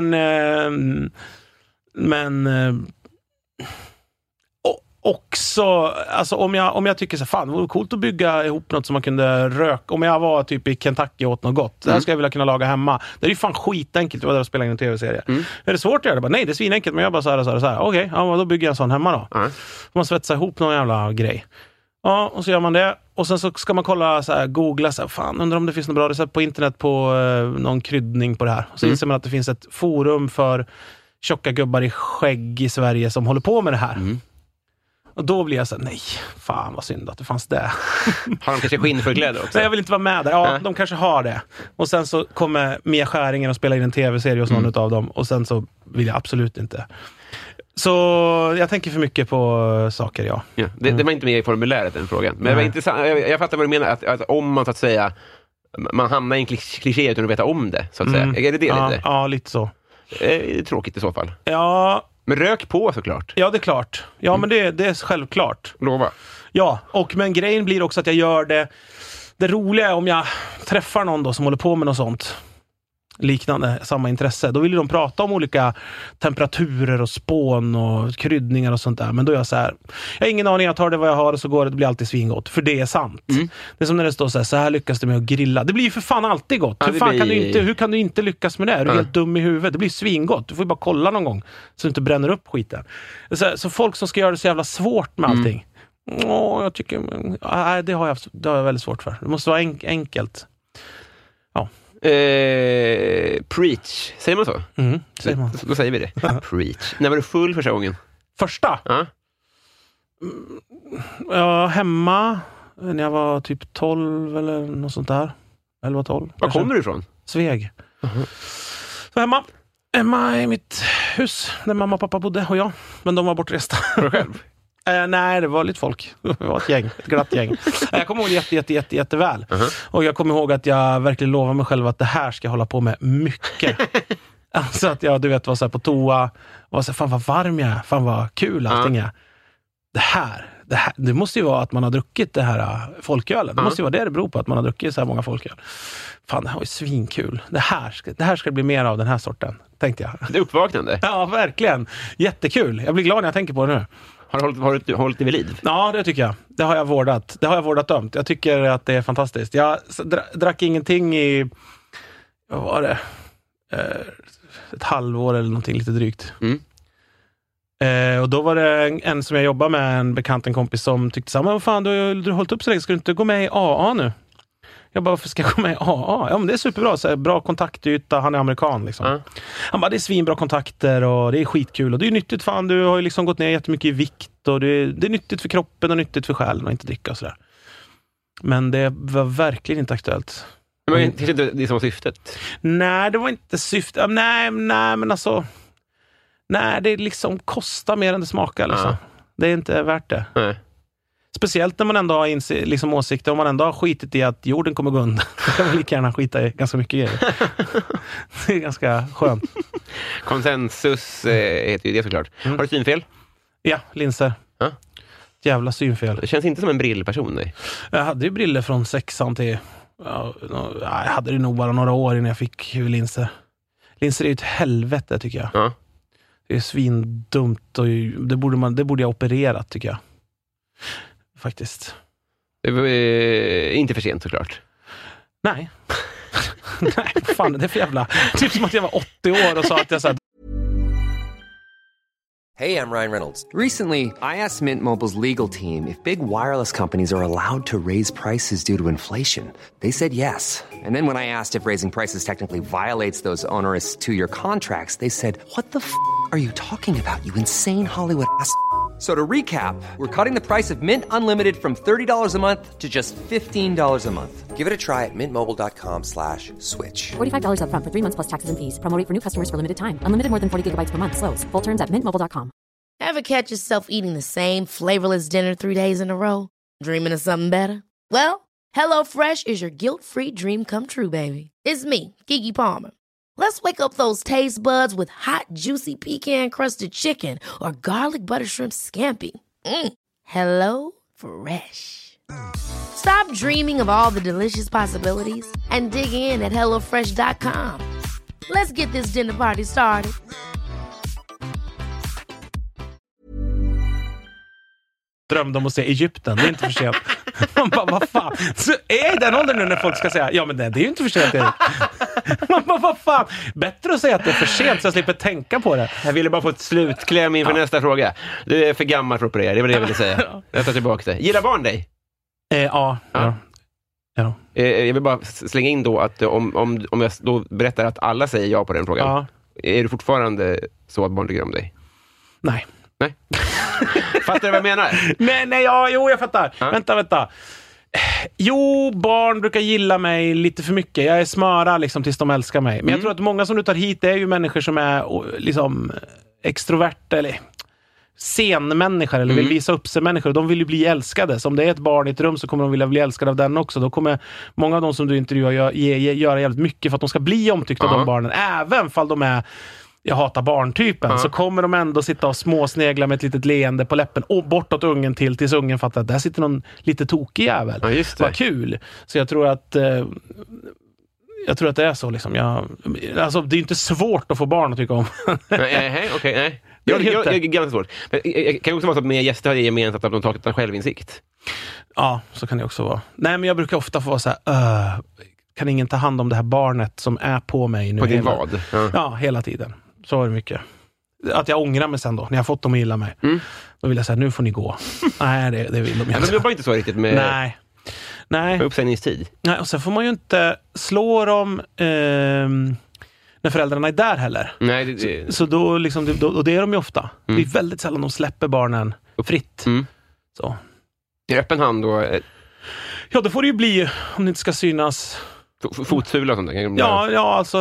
men också, alltså om jag tycker så fan, det vore coolt att bygga ihop något som man kunde röka. Om jag var typ i Kentucky och åt något gott, det här skulle jag vilja kunna laga hemma. Det är ju fan skitenkelt att vara där och spela in en tv-serie. Är det svårt att göra det? Nej, det är svinenkelt, men jag bara så här. Okej, ja, då bygger jag en sån hemma då. Man svetsar ihop någon jävla grej. Ja, och så gör man det. Och sen så ska man kolla, så här, googla, så här, fan, undrar om det finns något bra recept på internet på någon kryddning på det här. Och så inser man att det finns ett forum för tjocka gubbar i skägg i Sverige som håller på med det här. Och då blir jag så här, nej, fan vad synd att det fanns det. Har de kanske skinnförkläde också? Nej, jag vill inte vara med där. Ja, de kanske har det. Och sen så kommer Mia Skäringen och spelar in en tv-serie hos någon utav dem. Och sen så vill jag absolut inte. Så jag tänker för mycket på saker, ja. Det var inte med i formuläret, den frågan. Men det var intressant. Jag fattar vad du menar. Att om man så att säga, man hamnar i en kliché utan att veta om det, så att säga. Är det lite? Ja, lite så. Tråkigt i så fall. Ja. Men rök på såklart. Ja, det är klart. Ja, men det är självklart. Lova. Ja, men grejen blir också att jag gör det. Det roliga är om jag träffar någon då som håller på med något sånt liknande, samma intresse. Då vill de prata om olika temperaturer och spån och kryddningar och sånt där. Men då är jag så här, jag har ingen aning, jag tar det vad jag har och så går det, det blir alltid svingott. För det är sant. Det är som när det står så här lyckas det med att grilla. Det blir ju för fan alltid gott. Ja, hur kan du inte lyckas med det? Är du helt dum i huvudet? Det blir svingott. Du får ju bara kolla någon gång så du inte bränner upp skiten. Så folk som ska göra det så jävla svårt med allting. Jag tycker, nej, det har jag väldigt svårt för. Det måste vara enkelt. Ja. Preach, säger man så? Säger man. Då säger vi det. Preach. När var du full första gången? Första? Ja, hemma när jag var typ 12 eller något sånt där. 11-12. Var kommer du ifrån? Sveg. Så hemma i mitt hus där mamma och pappa bodde och jag. Men de var bortresta. Var du själv? Nej, det var lite folk. Det var ett glatt gäng. Jag kommer ihåg det jätteväl. Och jag kommer ihåg att jag verkligen lovade mig själv att det här ska jag hålla på med mycket. Alltså att jag, du vet, var så här på toa och var så här, fan vad varm jag är, fan vad kul allting är. Det måste ju vara att man har druckit det här folkölen. Det måste ju vara det beror på, att man har druckit så här många folköl. Fan, det här var ju svinkul. Det här ska bli mer av den här sorten, tänkte jag. Det är uppvaknande. Ja, verkligen. Jättekul. Jag blir glad när jag tänker på det nu. Har du hållit det vid liv? Ja, det tycker jag. Det har jag vårdat ömt. Jag tycker att det är fantastiskt. Jag drack ingenting i, vad var det? Ett halvår eller någonting lite drygt. Och då var det en som jag jobbar med, en kompis som tyckte så här, men vad fan, du har hållit upp så länge, ska du inte gå med i AA nu? Jag bara, varför ska jag gå med i AA? Ja, men det är superbra, så här, bra kontaktyta, han är amerikan liksom. Han bara, det är svinbra kontakter och det är skitkul och det är nyttigt, fan, du har ju liksom gått ner jättemycket i vikt och det är nyttigt för kroppen och nyttigt för själen och inte dricka och sådär. Men det var verkligen inte aktuellt. Men det är inte det som var syftet? Nej, det var inte syftet. Nej, men alltså, nej, det liksom kostar mer än det smakar liksom. Det är inte värt det. Nej. Speciellt när man ändå har liksom åsikter, om man ändå har skitit i att jorden kommer gå undan. Då kan man lika gärna skita i ganska mycket grejer. Det är ganska skönt. Konsensus heter ju det såklart. Har du synfel? Ja, linser. Jävla synfel. Det känns inte som en brillperson, nej. Jag hade ju briller från 6an till... jag hade det nog bara några år innan jag fick linser. Linser är ju ett helvete, tycker jag. Ja. Det är svindumt och det borde jag opererat, tycker jag. Faktiskt. Det är inte för sent, såklart. Nej. Nej, fan, det är för jävla... Typ som att jag var 80 år och sa att jag sa... Hey, I'm Ryan Reynolds. Recently, I asked Mint Mobile's legal team if big wireless companies are allowed to raise prices due to inflation. They said yes. And then when I asked if raising prices technically violates those onerous 2-year contracts, they said, what the f*** are you talking about, you insane Hollywood ass f- So to recap, we're cutting the price of Mint Unlimited from $30 a month to just $15 a month. Give it a try at mintmobile.com/switch. $45 up front for 3 months plus taxes and fees. Promo rate for new customers for limited time. Unlimited more than 40 gigabytes per month. Slows full terms at mintmobile.com. Ever catch yourself eating the same flavorless dinner 3 days in a row? Dreaming of something better? Well, HelloFresh is your guilt-free dream come true, baby. It's me, Keke Palmer. Let's wake up those taste buds with hot, juicy pecan-crusted chicken or garlic butter shrimp scampi. Hello Fresh. Stop dreaming of all the delicious possibilities and dig in at HelloFresh.com. Let's get this dinner party started. Drömde om att se Egypten, det är inte för sent. Man bara, vad fan? Så är den åldern nu när folk ska säga, ja men det är ju inte för sent, Erik. Man bara, vad fan? Bättre att säga att det är för sent så jag slipper tänka på det. Jag ville bara få ett slutkläm inför nästa fråga. Du är för gammal för att operera, det var det jag ville säga. Jag tar tillbaka det. Gillar barn dig? Ja. Jag vill bara slänga in då att om jag då berättar att alla säger ja på den frågan. Är du fortfarande så att barn tycker om dig? Nej. Fattar du vad jag menar? Jo, jag fattar. Vänta. Jo, barn brukar gilla mig lite för mycket. Jag är smöra liksom tills de älskar mig. Men jag tror att många som du tar hit är ju människor som är liksom extroverta eller scenmänniskor eller vill visa upp sig människor. De vill ju bli älskade. Så om det är ett barn i ett rum så kommer de vilja bli älskade av den också. Då kommer många av dem som du intervjuar göra jävligt mycket för att de ska bli omtyckta av de barnen. Även fall de är jag hatar barntypen, så kommer de ändå sitta och småsnegla med ett litet leende på läppen och bortåt ungen tills ungen fattar att där sitter någon lite tokig jävel. Ja, just det. Vad kul. Så jag tror att det är så liksom. Alltså det är inte svårt att få barn att tycka om. Nej. Jag är ganska svårt. Men kan också vara så att med gäster har det gemensamt att de tagit en självinsikt. Ja, så kan det också vara. Nej, men jag brukar ofta få så här, kan ingen ta hand om det här barnet som är på mig nu? På din vad? Ja, hela tiden. Så var det mycket. Att jag ångrar mig sen då, när jag fått dem att gilla mig. Då vill jag säga, nu får ni gå. Nej, det vill de inte. Men det var inte så riktigt med uppsägningstid. Nej, och sen får man ju inte slå dem när föräldrarna är där heller. Nej, så då liksom, och det är de ju ofta. Det är väldigt sällan de släpper barnen fritt. Så. I öppen hand då? Ja, då får det ju bli, om det inte ska synas... Fotsula och sånt där? Ja, alltså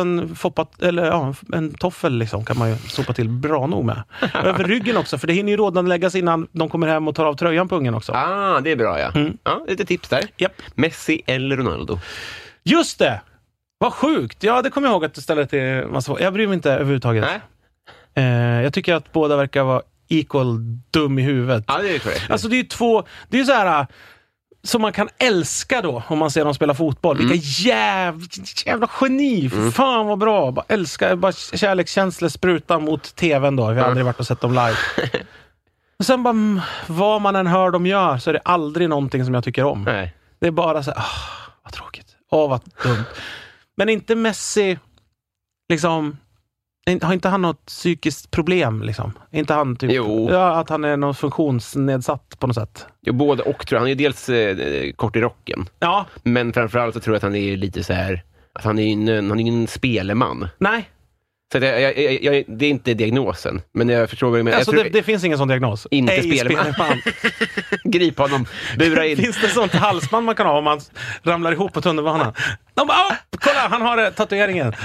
en toffel liksom kan man ju sopa till bra nog med. Över ryggen också, för det hinner ju rådan läggas innan de kommer hem och tar av tröjan på ungen också. Det är bra, ja. Ja, lite tips där. Yep. Messi eller Ronaldo? Just det! Vad sjukt! Ja, det kommer jag ihåg att du ställer till massa. Jag bryr mig inte överhuvudtaget. Jag tycker att båda verkar vara equal dum i huvudet. Ja, det är korrekt. Alltså det är två, det är så här som man kan älska då om man ser dem spela fotboll. Vilka jävla geni. Fan vad bra. Bara älskar, bara kärlekskänslor sprutar mot tvn då. Vi har aldrig varit och sett dem live. Och sen bara, vad man än hör dem gör så är det aldrig någonting som jag tycker om. Nej. Det är bara så här, vad tråkigt. Vad dumt. Men inte Messi liksom, har inte han något psykiskt problem liksom? Inte han typ, att han är någon funktionsnedsatt på något sätt? Jo, både och tror jag. Han är dels kort i rocken. Ja. Men framförallt så tror jag att han är lite så här, att han är en speleman. Nej. Så det är inte diagnosen. Men jag förstår vad du menar. Alltså det finns ingen sån diagnos. Inte speleman. Grip honom, bura in. Finns det sånt halsband man kan ha om man ramlar ihop på tunnelbanan? De bara, kolla, han har tatueringen.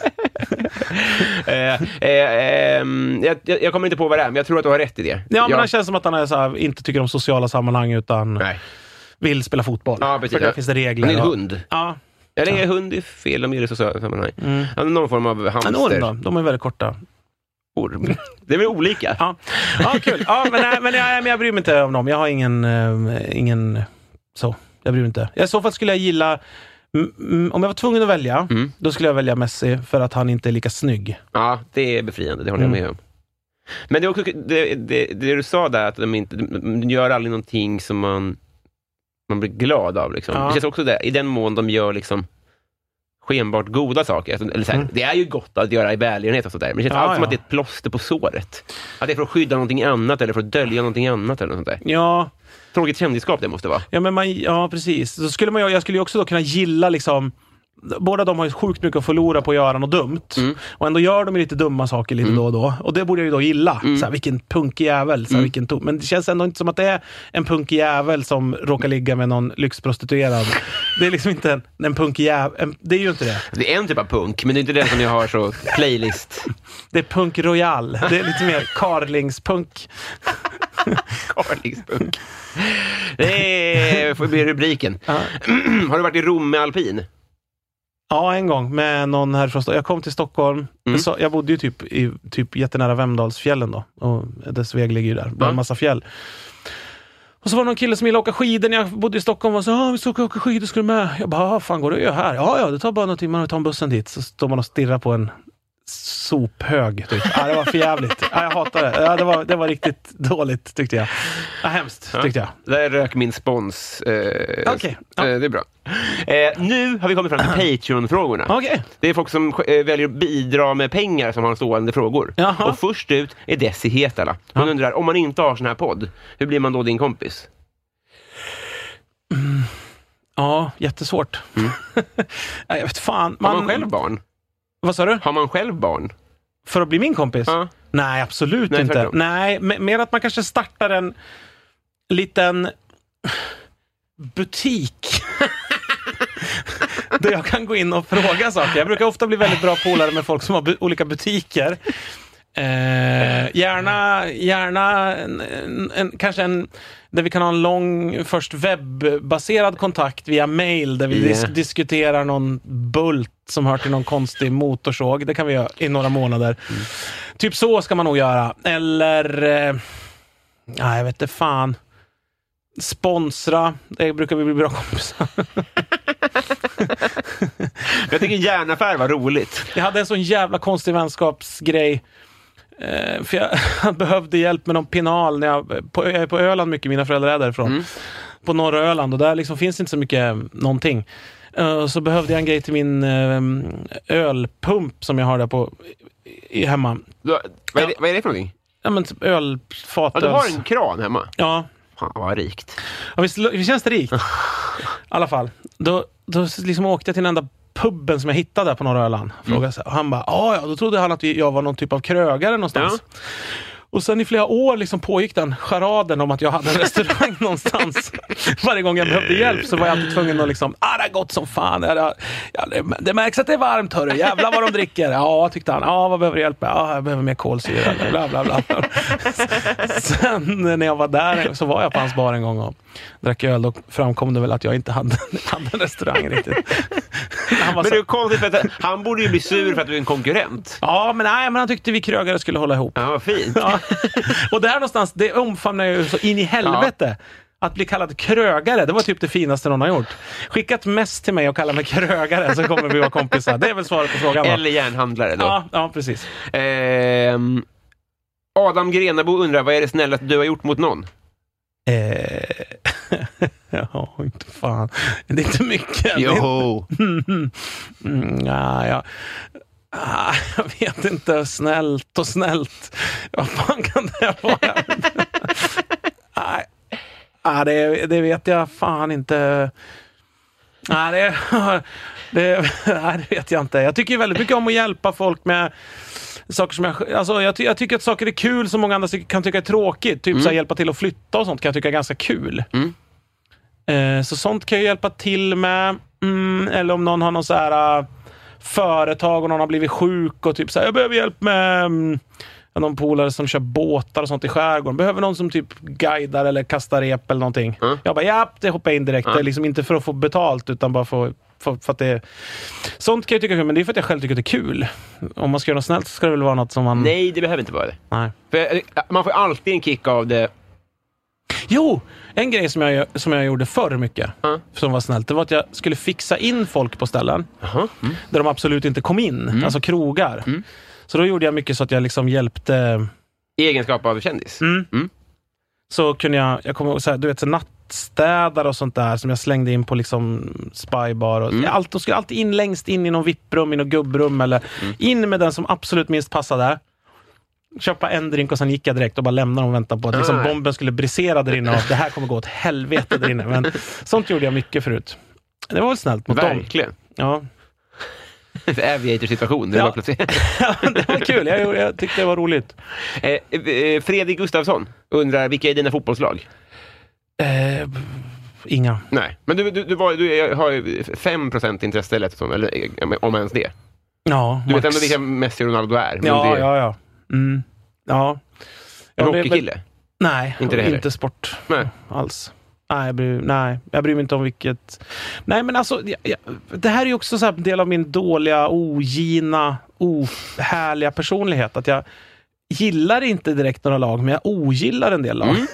Jag kommer inte på vad det är, men jag tror att du har rätt i det. Ja, men det känns som att han är så här, inte tycker om sociala sammanhang utan vill spela fotboll. Ja, precis. För där finns det regler. Han är en hund. Ja. Eller är hund är fel, de gör det sociala sammanhang. Någon form av hamster. En orm då, de är väldigt korta. Orm. Det är väl olika? Ja, kul. Ja, men jag bryr mig inte om dem. Jag har ingen så. Jag bryr mig inte. I så fall skulle jag gilla, om jag var tvungen att välja, då skulle jag välja Messi för att han inte är lika snygg. Ja, det är befriande, det håller jag med om. Men det är också det du sa där, att de gör aldrig någonting som man blir glad av liksom. Det känns också där, i den mån de gör liksom skenbart goda saker. Eller så här, det är ju gott att göra i välgörenhet och sådär, men det känns alltid som att det är ett plåster på såret. Att det är för att skydda någonting annat eller för att dölja någonting annat eller något sånt där. Ja. Tråkigt kändisskap det måste vara. Ja, men precis. Så skulle jag skulle ju också då kunna gilla liksom båda de har ju sjukt mycket att förlora på att göra något dumt. Och ändå gör de lite dumma saker lite då och då. Och det borde jag ju då gilla. Såhär, vilken punkig jävel. Såhär, men det känns ändå inte som att det är en punkig jävel som råkar ligga med någon lyxprostituerad. Det är liksom inte en punkig jävel. Det är ju inte det. Det är en typ av punk, men det är inte den som jag har så playlist. Det är punk royal. Det är lite mer karlingspunk. Karlingspunk. Det får bli rubriken. Har du varit i Rom med alpin? Ja, en gång med någon härifrån. Jag kom till Stockholm. Jag bodde ju typ jättenära Vemdalsfjällen då. Och dess väg ligger ju där. Bland en massa fjäll. Och så var det någon kille som ville åka skidor när jag bodde i Stockholm. Och så, vi ska åka skidor, ska du med? Jag bara, fan går det att göra här? Ja, det tar bara några timmar att ta en bussen dit. Så står man och stirrar på en sophög typ. Det var för jävligt. Jag hatar det. Det var riktigt dåligt tyckte jag. Hemskt tyckte jag. Där rök min spons. Okej. Det är bra. Nu har vi kommit fram till Patreon-frågorna. Okay. Det är folk som väljer att bidra med pengar som har stående frågor. Jaha. Och först ut är Desi Hetala. Hon undrar, om man inte har sån här podd, hur blir man då din kompis? Ja, jättesvårt. Jag vet fan. Har man själv barn? Vad sa du? Har man själv barn? För att bli min kompis? Ja. Nej, absolut inte. Tvärtom. Nej, mer att man kanske startar en liten butik där jag kan gå in och fråga saker. Jag brukar ofta bli väldigt bra polare med folk som har olika butiker. Gärna kanske en där vi kan ha en lång först webbaserad kontakt via mail där vi diskuterar någon bult som hör till någon konstig motorsåg. Det kan vi göra i några månader. Typ så ska man nog göra. Eller jag vet inte fan. Sponsra. Det brukar vi bli bra kompisar. Jag tycker järnaffär var roligt. Jag hade en sån jävla konstig vänskapsgrej. För jag behövde hjälp med någon pinal när jag är på Öland mycket, mina föräldrar är därifrån. På norra Öland och där liksom finns inte så mycket någonting. Så behövde jag en grej till min ölpump som jag har där på hemma. Vad är det för någonting? Ja, men typ ölfat. Ja, du har en kran hemma? Ja. Fan, vad rikt. Ja, visst känns det rikt? I alla fall. Då liksom åkte jag till den enda puben som jag hittade där på norra Öland. Frågade sig. Och han bara, ja, då trodde han att jag var någon typ av krögare någonstans. Ja. Och sen i flera år liksom pågick den charaden om att jag hade en restaurang någonstans. Varje gång jag behövde hjälp så var jag alltid tvungen att liksom, det är gott som fan. Det märks att det är varmt, hörru. Jävlar vad de dricker. Ja, tyckte han. Ja, vad behöver du hjälp med? Ja, jag behöver mer kolsyra. Bla, bla, bla. Sen när jag var där så var jag på hans bar en gång och drack öl. Då framkom det väl att jag inte hade en restaurang riktigt. Men det är konstigt för att han borde ju bli sur för att du är en konkurrent. Ja, men han tyckte vi krögare skulle hålla ihop. Ja, vad fint. Ja. Och där någonstans, det omfamnar ju så in i helvete. Att bli kallad krögare, det var typ det finaste någon har gjort. Skickat mest till mig och kalla mig krögare så kommer vi vara kompisar. Det är väl svaret på frågan. Eller järnhandlare då. Ja, precis. Adam Grenabo undrar, vad är det snälla att du har gjort mot någon? Ja, inte fan. Det är inte mycket. Jo. Jag vet inte. Snällt. Vad fan kan det vara? Nej, det vet jag fan inte. Nej, det vet jag inte. Jag tycker väldigt mycket om att hjälpa folk med saker som jag tycker att saker är kul som många andra kan tycka är tråkigt. Typ så här, hjälpa till att flytta och sånt kan jag tycka är ganska kul. Så sånt kan jag hjälpa till med. Eller om någon har någon så här företag och någon har blivit sjuk och typ så här, jag behöver hjälp med någon polare som kör båtar och sånt i skärgården. Behöver någon som typ guidar eller kastar rep eller någonting. Jag bara, det hoppar in direkt. Det är liksom inte för att få betalt utan bara för att det... Sånt kan jag tycka är kul, men det är för att jag själv tycker att det är kul. Om man ska göra något snällt så ska det väl vara något som man... Nej, det behöver inte vara det. Nej. För man får alltid en kick av det. Jo, en grej som jag gjorde förr mycket som var snällt, det var att jag skulle fixa in folk på ställen där de absolut inte kom in. Alltså krogar. Så då gjorde jag mycket så att jag liksom hjälpte... I egenskap av kändis? Så kunde jag kommer ihåg så här, du vet, så nattstädar och sånt där som jag slängde in på liksom spybar. Och de skulle alltid in längst in i någon vipprum, i någon gubbrum eller in med den som absolut minst passade. Köpa en drink och sen gick jag direkt och bara lämnade och väntade på att liksom bomben skulle brisera där inne och det här kommer gå åt helvete där inne. Men sånt gjorde jag mycket förut. Det var väl snällt mot dem. Verkligen. Ja. Aviator-situation. Det var kul. Jag tyckte det var roligt. Fredrik Gustafsson undrar, vilka är dina fotbollslag? Inga. Nej, men du har 5% intresse eller om ens det. Ja, du vet ändå vilka Messi och Ronaldo är. Ja. Ja. Hockeykille? Nej, inte sport. Nej. Alls. Nej, jag bryr mig inte om vilket... Nej, men alltså, det här är ju också så här en del av min dåliga, ogina, ohärliga personlighet. Att jag gillar inte direkt några lag, men jag ogillar en del lag. Mm.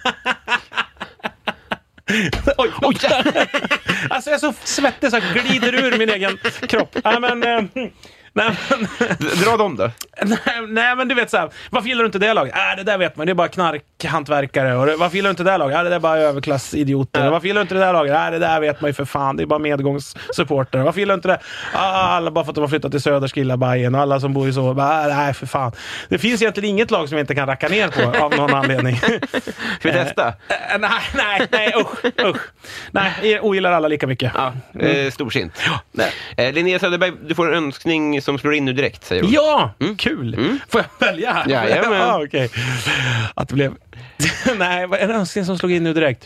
Oj. Alltså jag är så svettig så jag glider ur min egen kropp. Dra dem då. Nej, men du vet så här, varför gillar du inte det laget? Det där vet man, det är bara knarkhantverkare. Och varför gillar du inte det laget? Det är bara överklassidioter. Varför gillar du inte det där laget? Det där vet man ju för fan, det är bara medgångssupporter. Varför gillar du inte det? Alla bara för att de har flyttat till Söderskilla Bajen och alla som bor i så, nej för fan. Det finns egentligen inget lag som jag inte kan racka ner på av någon anledning. Ska vi testa? Nej, usch. Nej, jag ogillar alla lika mycket. Ja, storsint. Linnea Söderberg, du får en önskning som slår in nu direkt, säger hon. Ja, kul. Får jag välja här? Ja, okej. Att det blev... Nej, vad är en önskning som slog in nu direkt?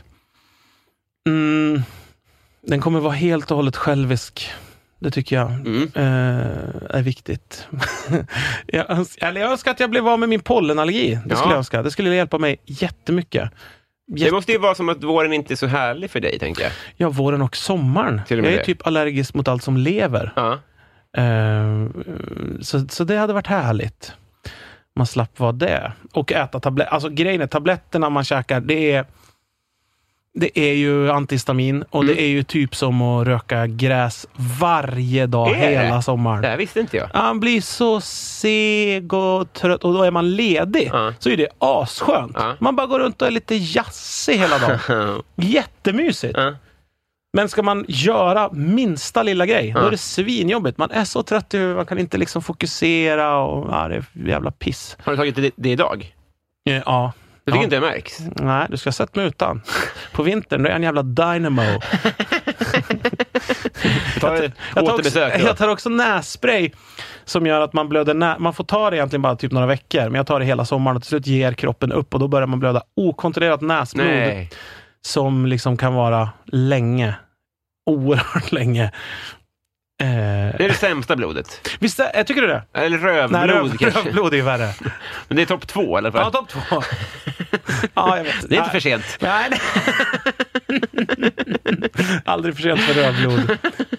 Den kommer vara helt och hållet självisk. Det tycker jag är viktigt. jag önskar att jag blev av med min pollenallergi. Det skulle jag önska. Det skulle hjälpa mig jättemycket. Det måste ju vara som att våren inte är så härlig för dig, tänker jag. Ja, våren och sommaren. Jag är typ allergisk mot allt som lever. Ja. Så det hade varit härligt. Man slapp vara det. Och äta tabletter. Alltså grejen är, tabletterna man käkar, det är ju antihistamin. Och det är ju typ som att röka gräs varje dag hela sommaren. Det här visste inte jag. Man blir så seg och trött. Och då är man ledig. Så är det asskönt. Man bara går runt och är lite jassig hela dagen. Jättemysigt. Men ska man göra minsta lilla grej, då är det svinjobbigt. Man är så trött i huvudet, man kan inte liksom fokusera och det är jävla piss. Har du tagit det idag? Ja. Du tycker inte det märks? Nej, du ska sätta mig utan. På vintern, då är jag en jävla dynamo. Jag tar också nässpray som gör att man blöder man får ta det egentligen bara typ några veckor, men jag tar det hela sommaren och till slut ger kroppen upp och då börjar man blöda okontrollerat näsblod. Nej. Som liksom kan vara länge. Oerhört länge. Det är det sämsta blodet. Visst, jag tycker du det? Eller rövblod kanske. Rövblod är ju värre. Men det är topp 2 i alla fall. Ja, topp 2. Ja, jag vet. Det är inte för sent. Nej. Aldrig för sent för rövblod.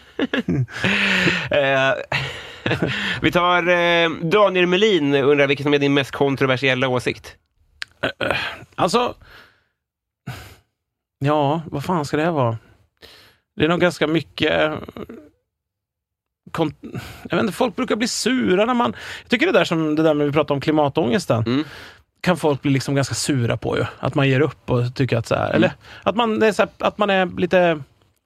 Vi tar Daniel Melin undrar vilken som är din mest kontroversiella åsikt. Alltså... Ja, vad fan ska det vara? Det är nog ganska mycket... Jag vet inte, folk brukar bli sura när man... Jag tycker det där när vi pratar om klimatångesten kan folk bli liksom ganska sura på ju. Att man ger upp och tycker att så här... Eller att man är lite...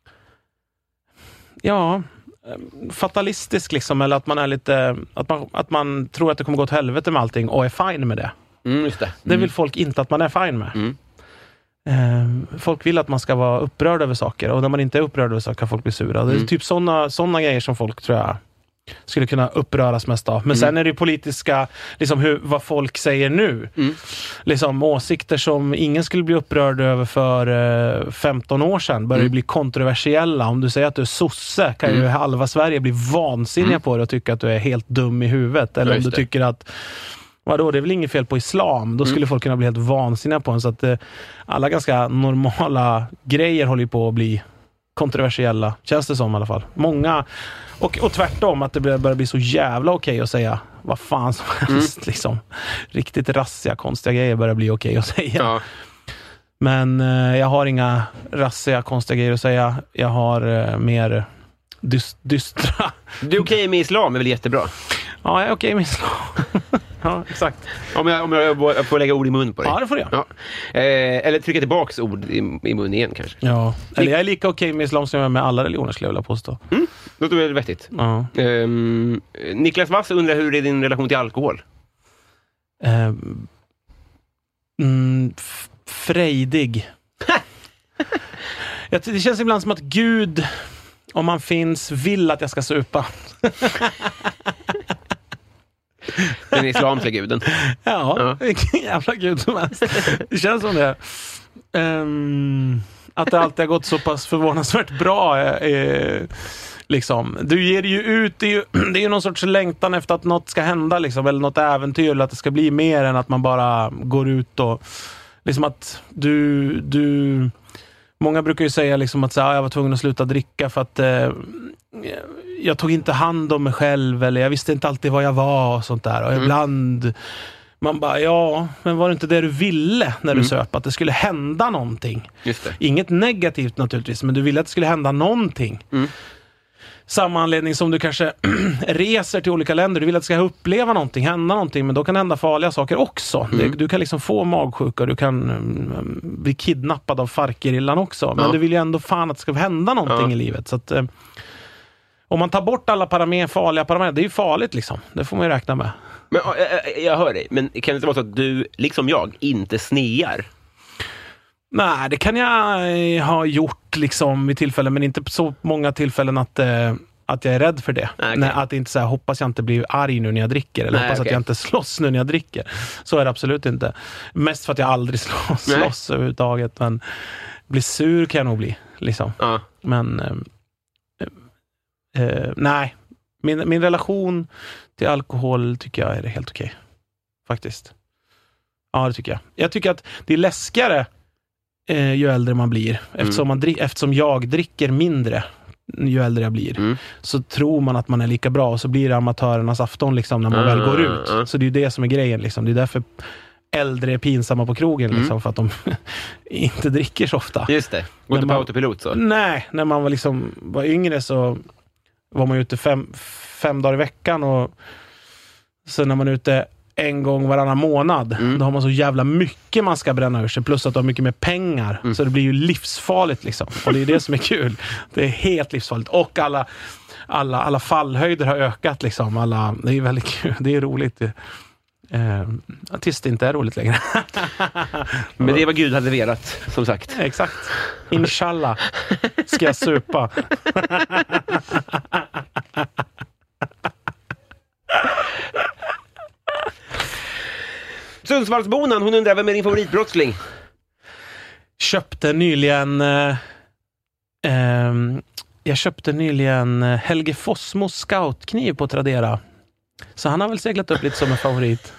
Ja... fatalistisk liksom. Eller att man är lite... Att man tror att det kommer gå åt helvete med allting och är fine med det. Just det. Det vill folk inte att man är fine med. Folk vill att man ska vara upprörd över saker och när man inte är upprörd över saker kan folk bli sura. Det är typ såna grejer som folk tror jag skulle kunna uppröras mest av. Men sen är det ju politiska liksom vad folk säger nu. Liksom åsikter som ingen skulle bli upprörd över för 15 år sedan börjar ju bli kontroversiella. Om du säger att du är sosse kan ju halva Sverige bli vansinniga på det och tycka att du är helt dum i huvudet. Eller om du tycker att vadå, det är väl inget fel på islam. Då skulle folk kunna bli helt vansinniga på en. Så att alla ganska normala grejer håller på att bli kontroversiella. Känns det som i alla fall. Många. Och tvärtom, att det börjar bli så jävla okej att säga vad fan som helst. Liksom. Riktigt rassiga, konstiga grejer börjar bli okej att säga. Ja. Men jag har inga rassiga, konstiga grejer att säga. Jag har mer dystra. Du är okej med islam är väl jättebra? Ja, jag är okej med islam. Ja, exakt. Om jag får lägga ord i mun på dig. Ja, det får jag. Ja. Eller trycka tillbaks ord i mun igen kanske. Ja, eller jag är lika okej med islam som jag är med alla religioner skulle jag vilja påstå. Då tror jag det är vettigt. Ja. Niklas Wass undrar hur är din relation till alkohol? Frejdig. Det känns ibland som att Gud, om han finns, vill att jag ska supa. Den islamska guden. Ja, vilken jävla gud som helst. Det känns som det. Att det alltid har gått så pass förvånansvärt bra. Liksom. Du ger ju ut, det är ju någon sorts längtan efter att något ska hända liksom, eller något äventyr, eller att det ska bli mer än att man bara går ut och liksom att du många brukar ju säga liksom att jag var tvungen att sluta dricka för att jag tog inte hand om mig själv, eller jag visste inte alltid vad jag var och sånt där, och ibland man bara, men var det inte det du ville när du söp, att det skulle hända någonting? Just det. Inget negativt naturligtvis, men du ville att det skulle hända någonting. Samma anledning som du kanske reser till olika länder. Du vill att det ska uppleva någonting, hända någonting, men då kan det hända farliga saker också. Du kan liksom få magsjuka, du kan bli kidnappad av farkerillan också. Men du vill ju ändå fan att det ska hända någonting i livet. Så att, om man tar bort alla farliga parametrar, det är ju farligt liksom. Det får man ju räkna med. Men jag hör dig, men kan det inte vara så att du, liksom jag, inte snear? Nej, det kan jag ha gjort liksom vid tillfällen, men inte på så många tillfällen att jag är rädd för det. Okay. Nej, att inte så här, hoppas jag inte blir arg nu när jag dricker, eller hoppas att jag inte slåss nu när jag dricker. Så är det absolut inte. Mest för att jag aldrig slåss överhuvudtaget, men bli sur kan jag nog bli liksom. Men nej, min relation till alkohol tycker jag är helt okej. Faktiskt. Ja, det tycker jag. Jag tycker att det är läskigare ju äldre man blir. Eftersom jag dricker mindre ju äldre jag blir, så tror man att man är lika bra, och så blir det amatörernas afton liksom, när man väl går ut. Så det är ju det som är grejen liksom. Det är därför äldre är pinsamma på krogen liksom, för att de inte dricker så ofta. Just det. Går inte på autopilot så? Nej, när man var yngre så var man ute fem dagar i veckan, och så när man är ute en gång varannan månad, då har man så jävla mycket man ska bränna ur sig, plus att du har mycket mer pengar, så det blir ju livsfarligt liksom, och det är det som är kul. Det är helt livsfarligt, och alla fallhöjder har ökat liksom, det är väldigt kul, det är roligt. Tills det inte är roligt längre. Men det var Gud hade velat, som sagt. Exakt. Inshallah ska jag supa. Sundsvallsbonan, hon undrar, vem är din favoritbrottsling? Jag köpte nyligen Helge Fossmos scoutkniv på Tradera. Så han har väl seglat upp lite som en favorit.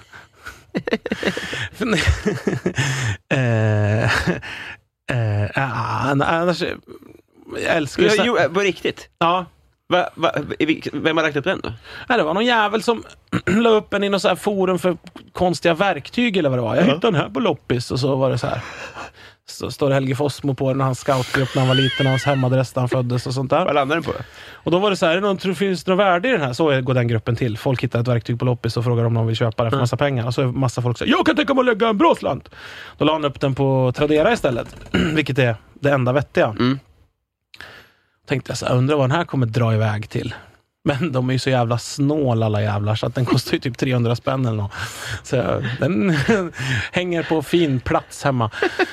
Annars, jag älskar det. På riktigt? Ja. Vem har lagt upp den då? Nej, det var någon jävel som la upp en i något så här forum för konstiga verktyg eller vad det var. Jag hittade den här på loppis, och så var det så här. Så står det Helge Fossmo på den, hans scoutgrupp när han var liten, hans hemadress när han föddes och sånt där. Vad landade den på? Och då var det så här, finns det något värde i den här? Så går den gruppen till. Folk hittar ett verktyg på loppis och frågar om någon vill köpa det för massa pengar. Och så är massa folk säger, jag kan tänka mig att lägga en bra slant. Då la han upp den på Tradera istället. Vilket är det enda vettiga. Tänkte jag så här, undrar vad den här kommer dra iväg till. Men de är ju så jävla snål alla jävlar, så att den kostar ju typ 300 spänn eller något. Så den hänger på fin plats hemma.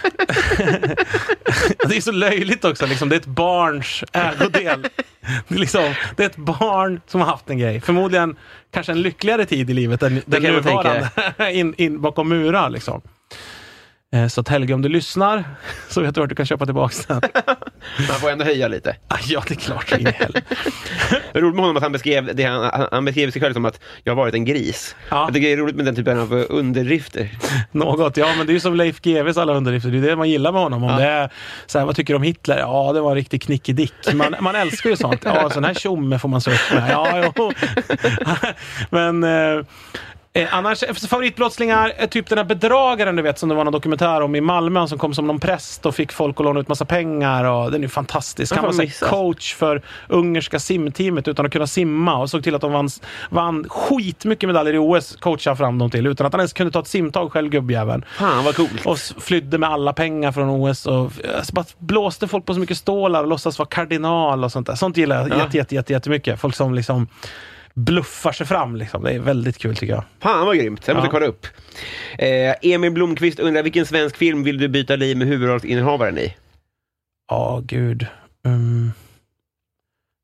Det är så löjligt också liksom. Det är ett barns ägodel. Det är ett barn som har haft en grej. Förmodligen kanske en lyckligare tid i livet än den nuvarande. in bakom murar liksom. Så att Helge, om du lyssnar, så vet du att du kan köpa tillbaka den. Man får ändå höja lite. Ja, det är klart. Det är roligt med honom att han beskrev sig själv som att jag har varit en gris. Ja. Jag tycker det är roligt med den typen av underdrifter. Något, ja, men det är ju som Leif GW:s alla underdrifter. Det är det man gillar med honom. Om det är så här, vad tycker du om Hitler? Ja, det var en riktig knickedick. Man älskar ju sånt. Ja, sån här tjomme får man så upp med. Ja, jo. Men... annars, favoritbrottslingar är typ den här bedragaren, du vet, som det var någon dokumentär om i Malmö, som kom som någon präst och fick folk att låna ut massa pengar, och den är ju fantastisk. Han var coach för ungerska simteamet utan att kunna simma, och såg till att de vann skitmycket medaljer i OS, coachade fram dem till, utan att han ens kunde ta ett simtag själv, gubbjäveln. Fan, vad coolt. Och flydde med alla pengar från OS, och bara blåste folk på så mycket stålar och låtsas vara kardinal och sånt där. Sånt gillar jag jättemycket. Folk som liksom bluffar sig fram liksom. Det är väldigt kul tycker jag. Fan vad grymt, jag måste kolla upp. Emil Blomqvist undrar, vilken svensk film vill du byta liv med huvudrollsinnehavaren i? Ja, gud.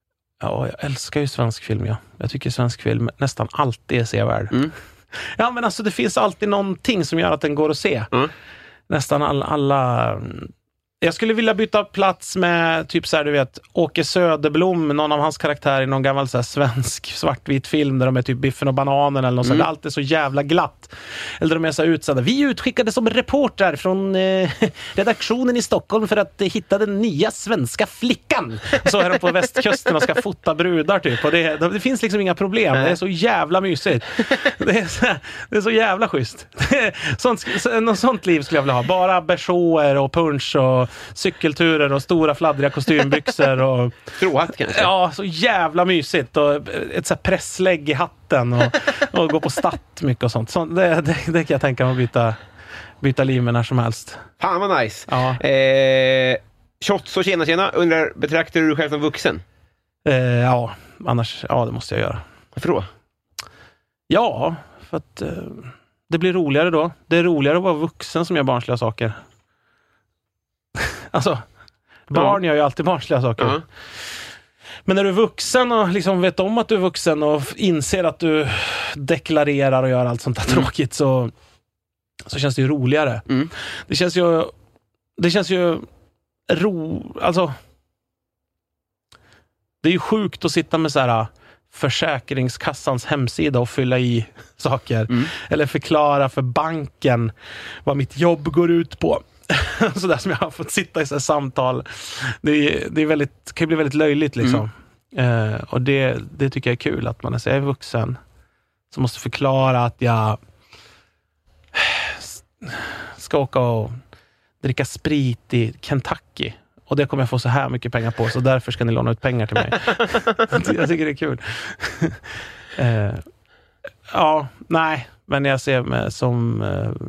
Ja, jag älskar ju svensk film, ja. Jag tycker svensk film nästan alltid är sevärd. Ja, men alltså det finns alltid någonting som gör att den går att se. Nästan alla... Jag skulle vilja byta plats med typ så här, du vet, Åke Söderblom, någon av hans karaktärer i någon gammal så här, svensk svartvit film där de är typ Biffen och bananen eller något så. Det är alltid så jävla glatt. Eller de är så här utsedda. Vi utskickade som reporter från redaktionen i Stockholm för att hitta den nya svenska flickan. Så är de på västkusten och ska fota brudar typ. Och det finns liksom inga problem. Det är så jävla mysigt. Det är så jävla schysst. Något sånt liv skulle jag vilja ha. Bara bersåer och punch och cykelturer och stora fladdriga kostymbyxor och tråhatt kanske. Ja, så jävla mysigt och ett så här presslägg i hatten och gå på statt mycket och sånt. Så det kan jag tänka mig att byta liv med när som helst. Fan vad nice. Ja. Shots och tjena. Undrar, betraktar du dig själv som vuxen? Ja, annars, ja, det måste jag göra. Varför då? Ja, för att det blir roligare då. Det är roligare att vara vuxen som gör barnsliga saker. Alltså, barn gör ju alltid barnsliga saker. Men när du är vuxen och liksom vet om att du är vuxen och inser att du deklarerar och gör allt sånt där tråkigt så känns det ju roligare. Det känns ju alltså det är ju sjukt att sitta med så här Försäkringskassans hemsida och fylla i saker eller förklara för banken vad mitt jobb går ut på. Så där som jag har fått sitta i så här samtal. Det är väldigt, kan ju bli väldigt löjligt liksom. Och det tycker jag är kul att man är vuxen som måste förklara att jag ska åka och dricka sprit i Kentucky och det kommer jag få så här mycket pengar på, så därför ska ni låna ut pengar till mig. Jag tycker det är kul. Ja, nej, men jag ser mig som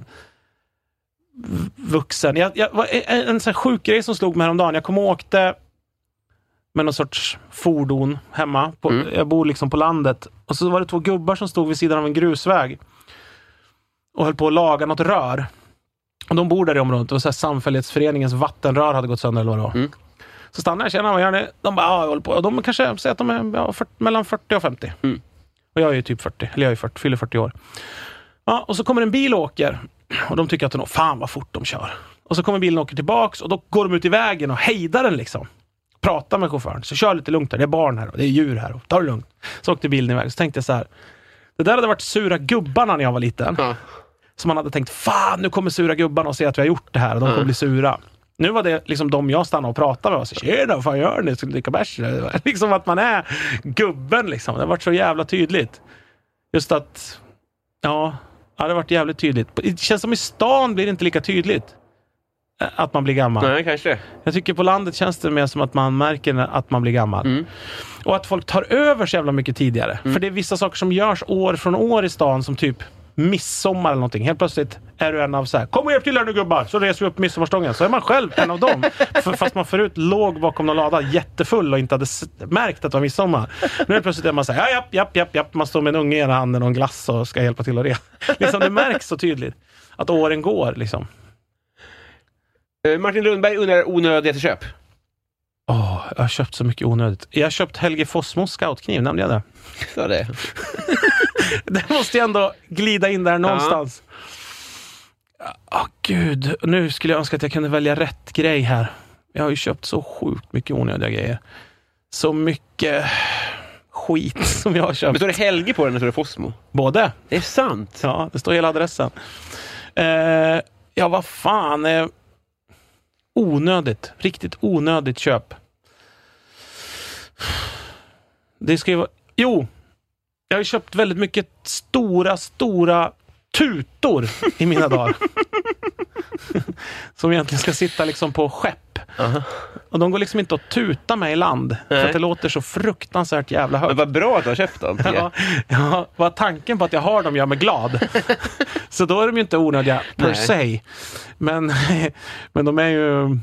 vuxen. En sån här sjuk grej som slog mig häromdagen. Jag kom och åkte med någon sorts fordon hemma. Jag bor liksom på landet. Och så var det 2 gubbar som stod vid sidan av en grusväg och höll på att laga något rör. Och de bor där i området. Och så här samfällighetsföreningens vattenrör hade gått sönder eller vad det var. Så stannade jag, känner vad gör ni? De bara, jag håller på. Och de kanske säger att de är mellan 40 och 50. Och jag är ju typ 40. Eller jag är 40, fyller 40 år. Ja, och så kommer en bil och åker. Och de tycker att de, fan vad fort de kör. Och så kommer bilen och åker tillbaks. Och då går de ut i vägen och hejdar den liksom. Pratar med chauffören. Så kör lite lugnt här. Det är barn här och det är djur här. Och ta det lugnt. Så åkte bilen iväg. Så tänkte jag så här. Det där hade varit sura gubbarna när jag var liten. Så man hade tänkt, fan nu kommer sura gubbarna och se att vi har gjort det här. Och de kommer bli sura. Nu var det liksom de jag stannade och pratade med. Och så, tjena, vad fan gör ni? Ska dricka bärs? Liksom att man är gubben liksom. Det har varit så jävla tydligt. Just att, ja, det har varit jävligt tydligt. Det känns som i stan blir det inte lika tydligt att man blir gammal. Nej, kanske. Jag tycker på landet känns det mer som att man märker att man blir gammal. Och att folk tar över så jävla mycket tidigare. För det är vissa saker som görs år från år i stan som typ midsommar eller någonting. Helt plötsligt är du en av så här, kom och hjälp till här nu gubbar, så reser vi upp midsommarstången. Så är man själv en av dem. Fast man förut låg bakom någon lada jättefull och inte hade märkt att det var midsommar. Nu är plötsligt är man så här, japp. Man står med en unge i ena handen och en glass och ska hjälpa till att resa. Liksom det märks så tydligt att åren går liksom. Martin Lundberg undrar onödigt köp. Jag har köpt så mycket onödigt. Jag har köpt Helge Fossmos scoutkniv, nämnde jag det? Så det. Det måste jag ändå glida in där någonstans. Gud, nu skulle jag önska att jag kunde välja rätt grej här. Jag har ju köpt så sjukt mycket onödiga grejer. Så mycket skit som jag har köpt. Men står det Helge på den eller står det Fossmo? Både. Det är sant. Ja, det står hela adressen. Vad fan. Onödigt. Riktigt onödigt köp. Det ska ju vara... Jo! Jag har ju köpt väldigt mycket stora tutor i mina dagar. Som egentligen ska sitta liksom på skepp. Och de går liksom inte att tuta med i land. För att det låter så fruktansvärt jävla högt. Men vad bra att du har köpt dem. Ja, vad tanken på att jag har dem gör mig glad. Så då är de ju inte onödiga per se. Men de är ju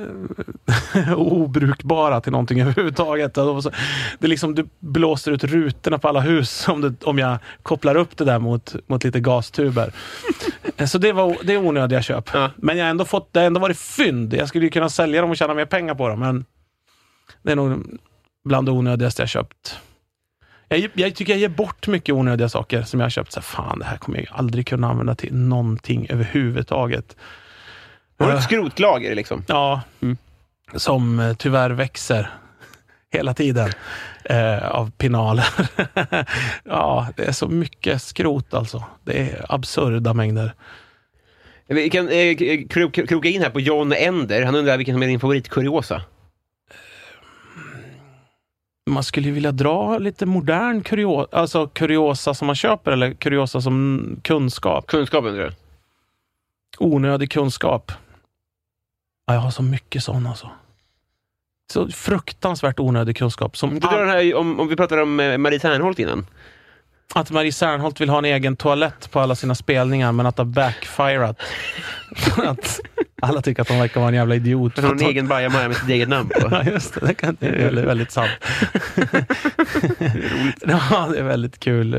obrukbara till någonting överhuvudtaget. Det är liksom, du blåser ut rutorna på alla hus om jag kopplar upp det där mot lite gastuber. Så det är onödiga köp. Men det har ändå varit fynd. Jag skulle ju kunna sälja dem och tjäna mer pengar på dem, men det är nog bland det onödigaste jag köpt. Jag tycker jag ger bort mycket onödiga saker som jag har köpt. Så fan, det här kommer jag aldrig kunna använda till någonting överhuvudtaget. Har du ett skrotlager liksom? Ja, som tyvärr växer hela tiden av pinaler. Ja, det är så mycket skrot alltså. Det är absurda mängder. Vi kan kroka in här på John Ender. Han undrar vilken som är din favoritkuriosa. Man skulle ju vilja dra lite modern kuriosa, alltså kuriosa som man köper eller kuriosa som kunskap. Kunskapen, tror jag. Onödig kunskap. Ja, jag har så mycket sån alltså. Så fruktansvärt onödig kunskap. Som du drar den här, om vi pratar om Marie Serneholt innan. Att Marie Serneholt vill ha en egen toalett på alla sina spelningar, men att det har backfirat. Att alla tycker att hon verkar vara en jävla idiot. För hon har en egen bajamaja med sitt eget namn på. Ja, just det. Det är väldigt, väldigt sant. Det är roligt. Ja, det är väldigt kul.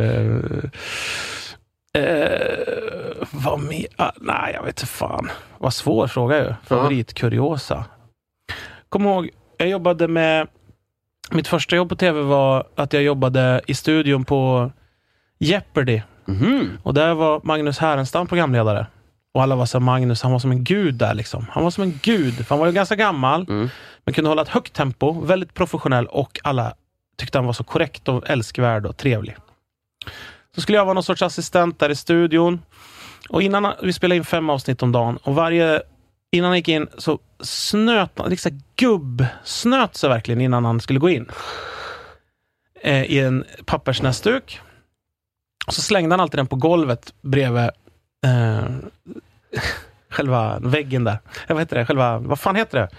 Vad med? Nej, jag vet inte fan. Vad svår fråga ju. Favoritkuriosa. Kom ihåg, jag jobbade med... Mitt första jobb på tv var att jag jobbade i studion på Jeopardy. Och där var Magnus Härenstam programledare. Och alla var så Magnus, han var som en gud där liksom. Han var som en gud, för han var ju ganska gammal. Men kunde hålla ett högt tempo, väldigt professionell. Och alla tyckte han var så korrekt och älskvärd och trevlig. Så skulle jag vara någon sorts assistent där i studion. Och innan vi spelade in 5 avsnitt om dagen. Och innan han gick in så snöt han, liksom snöt sig verkligen innan han skulle gå in. I en pappersnäsduk. Och så slängde han alltid den på golvet bredvid själva väggen där. Jag vet inte det, vad fan heter det?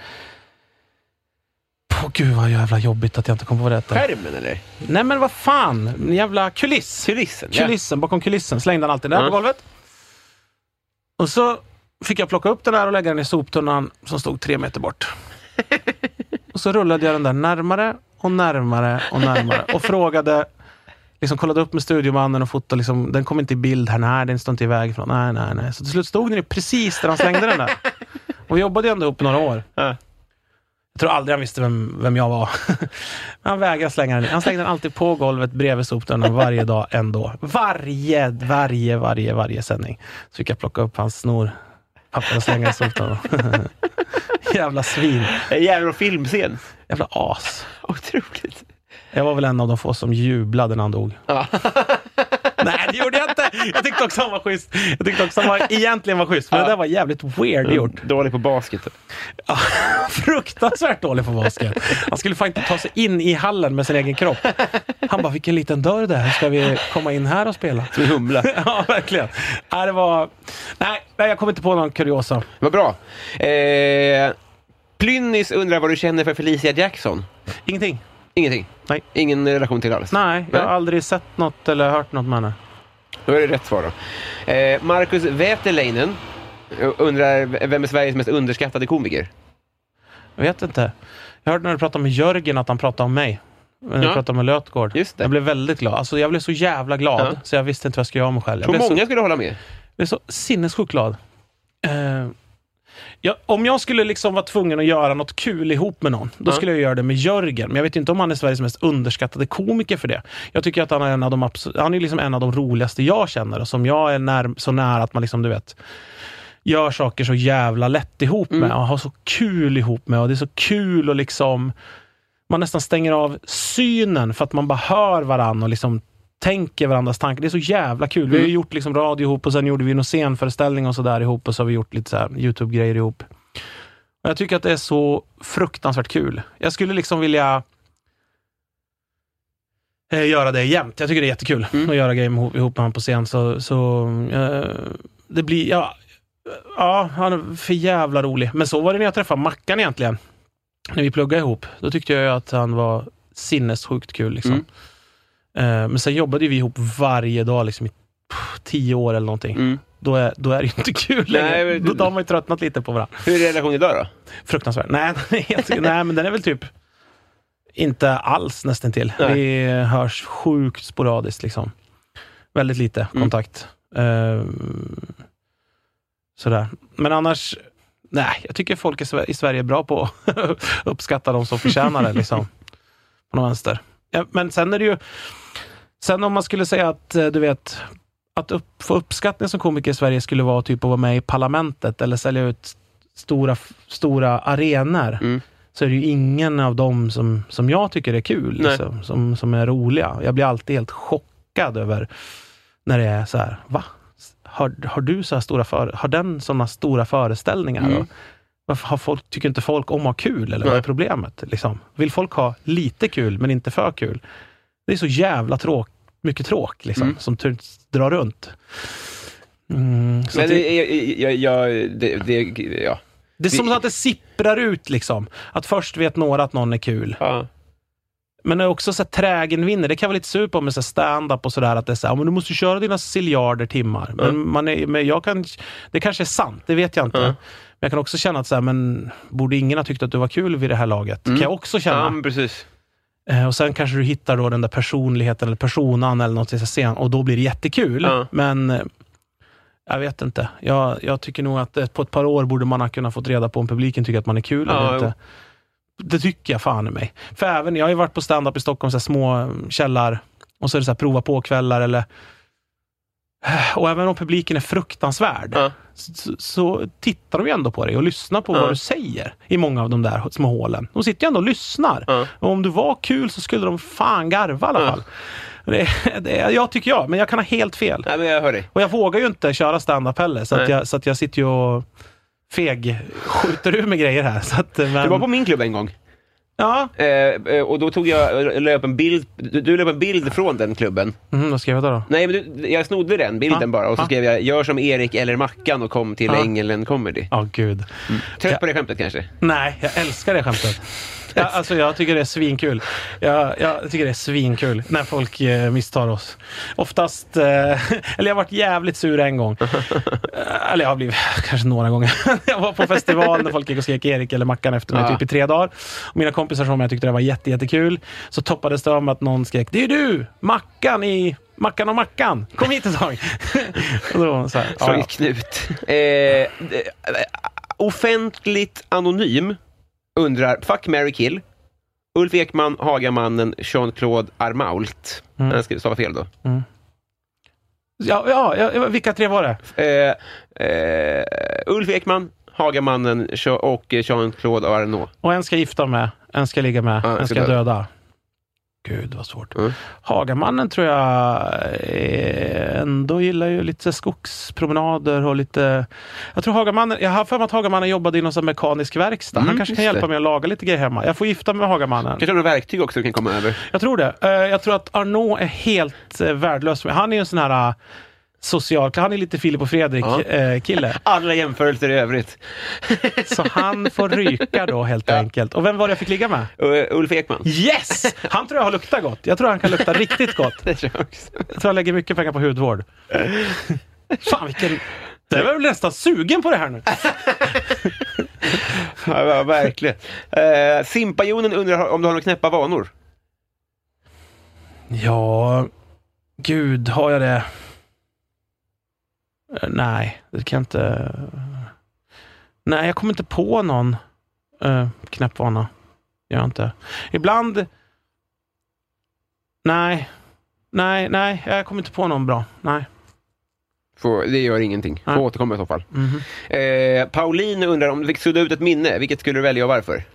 Gud vad jävla jobbigt att jag inte kom på det. Skärmen eller? Nej men vad fan, en jävla kulissen, bakom kulissen slängde han alltid där på golvet. Och så fick jag plocka upp den där och lägga den i soptunnan som stod 3 meter bort. Och så rullade jag den där närmare och frågade, liksom kollade upp med studiomannen och fotade, liksom, den kom inte i bild här, nej, den står inte i väg från, nej. Så till slut stod den ju precis där han slängde den där. Och vi jobbade ändå upp i några år. Jag tror aldrig han visste vem jag var. Han vägrade slänga den. Han slängde den alltid på golvet bredvid soptunnan varje dag ändå. Varje sändning. Så fick jag plocka upp hans snor. Pappa och slänga i soptunnan. Jävla svin. Jävla filmscen. Jävla as. Otroligt. Jag var väl en av de få som jublade när han dog. Nej, det gjorde jag inte. Jag tyckte också han var schysst. Jag tyckte också han egentligen var schysst. Men det där var jävligt weird gjort. Dålig på basket. Ja, fruktansvärt dålig på basket. Han skulle fan inte ta sig in i hallen med sin egen kropp. Han bara, vilken liten dörr där. Hur ska vi komma in här och spela? Som en humla. Ja, verkligen. Nej, det var... Nej, jag kom inte på någon kuriosa. Vad bra. Plynnis undrar vad du känner för Felicia Jackson. Ingenting. Nej. Ingen relation till alls? Nej, jag har aldrig sett något eller hört något med henne. Då är det rätt svar då. Marcus Wäterleinen undrar, vem är Sveriges mest underskattade komiker? Jag vet inte. Jag hörde när du pratade med Jörgen att han pratade om mig. När du pratade med Lötgård. Just det. Jag blev väldigt glad. Alltså, jag blev så jävla glad så jag visste inte vad jag skulle göra mig själv. Många skulle hålla med. Jag blev så sinnessjukt glad. Om jag skulle liksom vara tvungen att göra något kul ihop med någon, då skulle jag göra det med Jörgen. Men jag vet inte om han är Sveriges mest underskattade komiker för det. Jag tycker att han är han är liksom en av de roligaste jag känner, och som jag är så nära att man liksom, du vet, gör saker så jävla lätt ihop med och har så kul ihop med, och det är så kul och liksom man nästan stänger av synen för att man bara hör varann och liksom tänker varandras tankar. Det är så jävla kul. Vi har ju gjort liksom radio ihop, och sen gjorde vi någon scenföreställning och så där ihop, och så har vi gjort lite så här YouTube-grejer ihop. Och jag tycker att det är så fruktansvärt kul. Jag skulle liksom vilja göra det jämt. Jag tycker det är jättekul att göra grejer ihop med honom på scen. Så det blir... Ja, han är för jävla rolig. Men så var det när jag träffade Mackan egentligen. När vi pluggade ihop. Då tyckte jag att han var sinnessjukt kul liksom. Men sen jobbade vi ihop varje dag liksom i 10 år eller någonting. Då är det inte kul längre. Då har man ju tröttnat lite på varandra. Hur är relationen idag då? Fruktansvärt. Nej, men den är väl typ inte alls nästan till. Vi hörs sjukt sporadiskt liksom. Väldigt lite kontakt. Sådär. Men annars, nej, jag tycker folk i Sverige är bra på att uppskatta de som förtjänar det liksom. på någon vänster. Ja, men sen är det ju... Sen om man skulle säga att, du vet, att få uppskattning som komiker i Sverige skulle vara typ att vara med i parlamentet eller sälja ut stora arenor, så är det ju ingen av dem som jag tycker är kul, liksom, som är roliga. Jag blir alltid helt chockad över när det är så här, va? Har du så här har den sådana stora föreställningar? Varför tycker inte folk om att ha kul? Eller vad är problemet? Liksom? Vill folk ha lite kul men inte för kul? Det är så jävla mycket tråk liksom, som drar runt. Men det är som att det sipprar ut liksom. Att först vet några att någon är kul. Ja. Men det är också så att trägen vinner. Det kan vara lite sur på med så stand-up och sådär. Att det är så här, men du måste köra dina siljarder timmar. Men det kanske är sant, det vet jag inte. Men jag kan också känna att så här, men borde ingen ha tyckt att du var kul vid det här laget? Kan jag också känna. Ja, precis. Och sen kanske du hittar då den där personligheten eller personan eller något i scen och då blir det jättekul. Men jag vet inte. Jag tycker nog att på ett par år borde man ha kunnat fått reda på om publiken tycker att man är kul eller inte. Det tycker jag fan i mig. För även, jag har ju varit på stand-up i Stockholm, så här små källar och så är det så här prova på kvällar eller... Och även om publiken är fruktansvärd så tittar de ju ändå på dig och lyssnar på vad du säger i många av de där små hålen. De sitter ju ändå och lyssnar. Och om du var kul så skulle de fan garva i alla fall. Jag tycker jag, men jag kan ha helt fel. Nej, men jag hör dig. Och jag vågar ju inte köra stand-up heller, så att jag sitter ju och skjuter ur med grejer här. Så att, men... Du var på min klubb en gång. Ja. Och då tog jag löp en bild. Du löp en bild från den klubben. Vad skrev jag då? Nej, men jag snodde den bilden bara. Och så skrev jag, gör som Erik eller Mackan och kom till Engelen Comedy. Gud. Trött på det skämtet kanske? Nej, jag älskar det skämtet. Jag tycker det är svinkul. Jag tycker det är svinkul när folk misstar oss. Oftast, eller jag har varit jävligt sur en gång. Eller jag har blivit kanske några gånger. Jag var på festival när folk gick och skrek Erik eller Mackan efter mig typ i 3 dagar. Och mina kompisar som jag tyckte det var jättekul. Så toppades det om att någon skrek, det är du, Mackan i Mackan och Mackan. Kom hit ett tag. Och då så här, Från Knut. Offentligt anonym undrar, fuck, marry, kill. Ulf Ekman, Hagamannen, Jean-Claude Armault. Jag ska stava fel då. Ja, vilka 3 var det? Ulf Ekman, Hagamannen och Jean-Claude Arnault. Och en ska gifta med, en ska ligga med, en ska döda. Gud, vad svårt. Hagamannen tror jag ändå gillar ju lite skogspromenader och lite... Jag tror Hagamannen... Jag har för mig att Hagamannen jobbade i någon sån mekanisk verkstad. Han kanske kan hjälpa mig att laga lite grejer hemma. Jag får gifta mig med Hagamannen. Kanske har några verktyg också du kan komma över. Jag tror det. Jag tror att Arnault är helt värdelös. Han är ju en sån här... Han är lite Filip och Fredrik kille. Alla jämförelser i övrigt. Så han får ryka då helt enkelt. Och vem var det jag fick ligga med? Ulf Ekman. Yes! Han tror jag har luktat gott. Jag tror han kan lukta riktigt gott. Det tror jag också. Jag tror jag lägger mycket pengar på hudvård. Fan vilken... Det var väl nästan sugen på det här nu. Ja, verkligen. Simpajonen undrar om du har några knäppa vanor. Ja... Gud, har jag det... Nej, det kan jag inte... Nej, jag kommer inte på någon knäppvana. Jag inte. Ibland... Nej, jag kommer inte på någon bra. Nej. Det gör ingenting. Får återkomma i så fall. Pauline undrar om du fick sudda ut ett minne. Vilket skulle du välja och varför?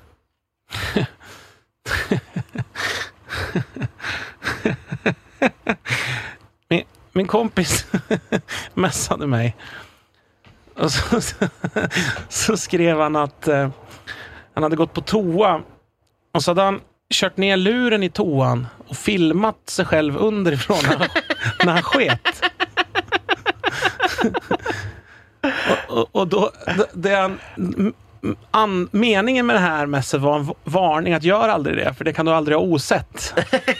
Min kompis messade mig och så skrev han att han hade gått på toa och så hade han kört ner luren i toan och filmat sig själv underifrån när han sket. och då meningen med det här mässet var en varning att göra aldrig det, för det kan du aldrig ha osett.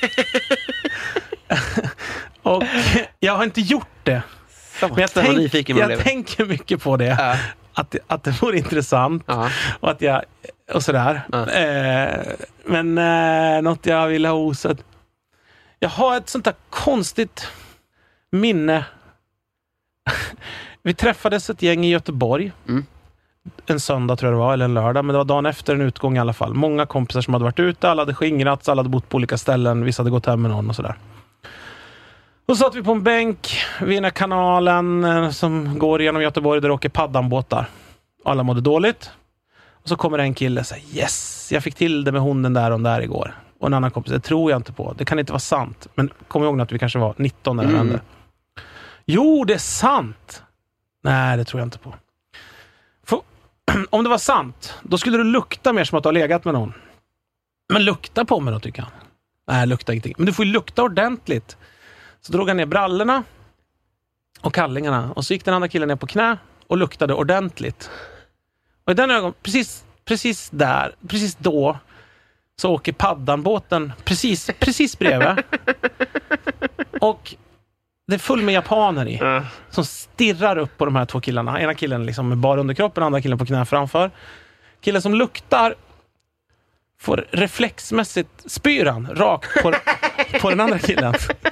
Och jag har inte gjort det. Men jag tänker mycket på det. Att det vore intressant. Och att jag... Och sådär. Men något jag vill ha osett. Jag har ett sånt där konstigt minne. Vi träffades ett gäng i Göteborg. en söndag tror jag det var, eller en lördag, men det var dagen efter en utgång i alla fall. Många kompisar som hade varit ute, alla hade skingrats, alla hade bott på olika ställen, vissa hade gått hem med någon och sådär. Och så satt vi på en bänk vid den här kanalen som går genom Göteborg där det åker paddanbåtar. Alla mådde dåligt. Och så kommer en kille och säger, yes, jag fick till det med hunden där och där igår. Och en annan kompis, det tror jag inte på. Det kan inte vara sant. Men kom ihåg att vi kanske var 19 när det hände. Jo, det är sant. Nej, det tror jag inte på. För, om det var sant, då skulle du lukta mer som att du har legat med någon. Men lukta på mig då, tycker han. Nej, lukta ingenting. Men du får ju lukta ordentligt. Så drog han ner brallorna och kallingarna. Och så gick den andra killen ner på knä och luktade ordentligt. Och i den ögon, precis då så åker paddanbåten precis bredvid. Och det är full med japaner i. Som stirrar upp på de här två killarna. Ena killen liksom med bara underkroppen, andra killen på knä framför. Killen som luktar får reflexmässigt spyran rakt på den andra killen.